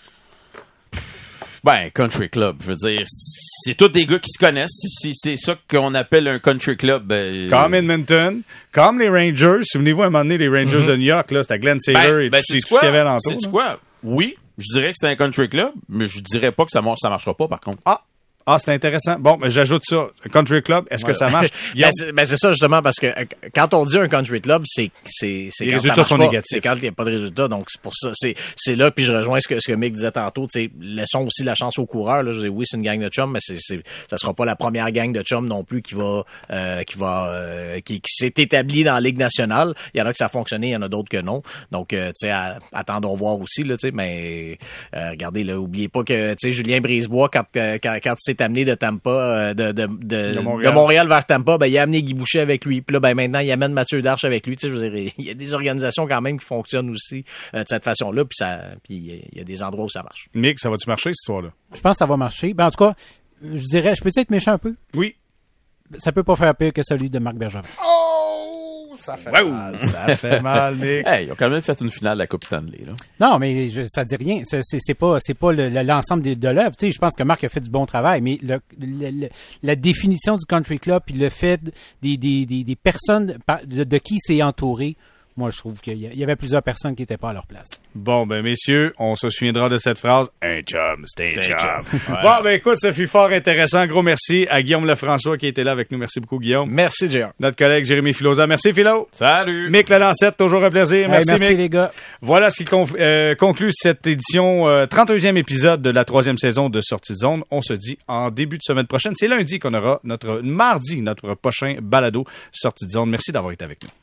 Ben, country club, je veux dire, c'est tous des gars qui se connaissent. C'est, c'est ça qu'on appelle un country club. Ben, comme Edmonton, comme les Rangers. Souvenez-vous, à un moment donné, les Rangers mm-hmm. de New York, là, c'était Glenn Saylor ben, et ben, tout, tout ce qu'il y avait alentour. C'est quoi? Oui, je dirais que c'est un country club, mais je dirais pas que ça, ça marchera pas, par contre. Ah! Ah, c'est intéressant. Bon, ben, j'ajoute ça. Country club, est-ce ouais, que ça marche? ben, c'est, ben, c'est ça, justement, parce que quand on dit un country club, c'est, c'est, c'est les quand résultats ça marche sont pas, négatifs. c'est quand il n'y a pas de résultats. Donc, c'est pour ça, c'est, c'est là, puis je rejoins ce que, ce que Mick disait tantôt, tu sais, laissons aussi la chance aux coureurs, là. Je dis, oui, c'est une gang de chums, mais c'est, c'est, ça sera pas la première gang de chums non plus qui va, euh, qui va, euh, qui, qui s'est établie dans la Ligue nationale. Il y en a que ça a fonctionné, il y en a d'autres que non. Donc, euh, tu sais, attendons voir aussi, là, tu sais, mais, euh, regardez, là, oubliez pas que, tu sais, Julien Brisebois, quand, euh, quand, quand il s'est amené de Tampa, De, de, de, de, Montréal. de Montréal vers Tampa, ben, il a amené Guy Boucher avec lui. Puis là, ben, maintenant, il amène Mathieu Darche avec lui. Tu sais, je veux dire, il y a des organisations quand même qui fonctionnent aussi euh, de cette façon-là. Puis ça, puis il y a des endroits où ça marche. Mick, ça va-tu marcher, cette histoire-là? Je pense que ça va marcher. Ben, en tout cas, je dirais, je peux être méchant un peu? Oui. Ça peut pas faire pire que celui de Marc Bergevin. Oh! Ça fait wow. mal. Ça fait mal, Mick. Hey, ils ont quand même fait une finale de la Coupe Stanley, là. Non, mais je, ça dit rien. C'est, c'est, c'est pas, c'est pas le, le, l'ensemble de, de l'œuvre. Tu sais, je pense que Marc a fait du bon travail, mais le, le, le, la définition du country club puis le fait des, des, des, des personnes de, de qui c'est entouré, moi, je trouve qu'il y avait plusieurs personnes qui n'étaient pas à leur place. Bon, ben, messieurs, on se souviendra de cette phrase. Un chum, c'est un chum. Ouais. Bon, ben, écoute, ça fut fort intéressant. Gros merci à Guillaume Lefrançois qui était là avec nous. Merci beaucoup, Guillaume. Merci, J R. Notre collègue Jérémy Filosa. Merci, Philo. Salut. Mick Lalancette, toujours un plaisir. Merci, hey, merci Mick. les gars. Voilà ce qui conf- euh, conclut cette édition, euh, trente-deuxième épisode de la troisième saison de Sortie de zone. On se dit en début de semaine prochaine. C'est lundi qu'on aura notre, mardi, notre prochain balado Sortie de zone. Merci d'avoir été avec nous.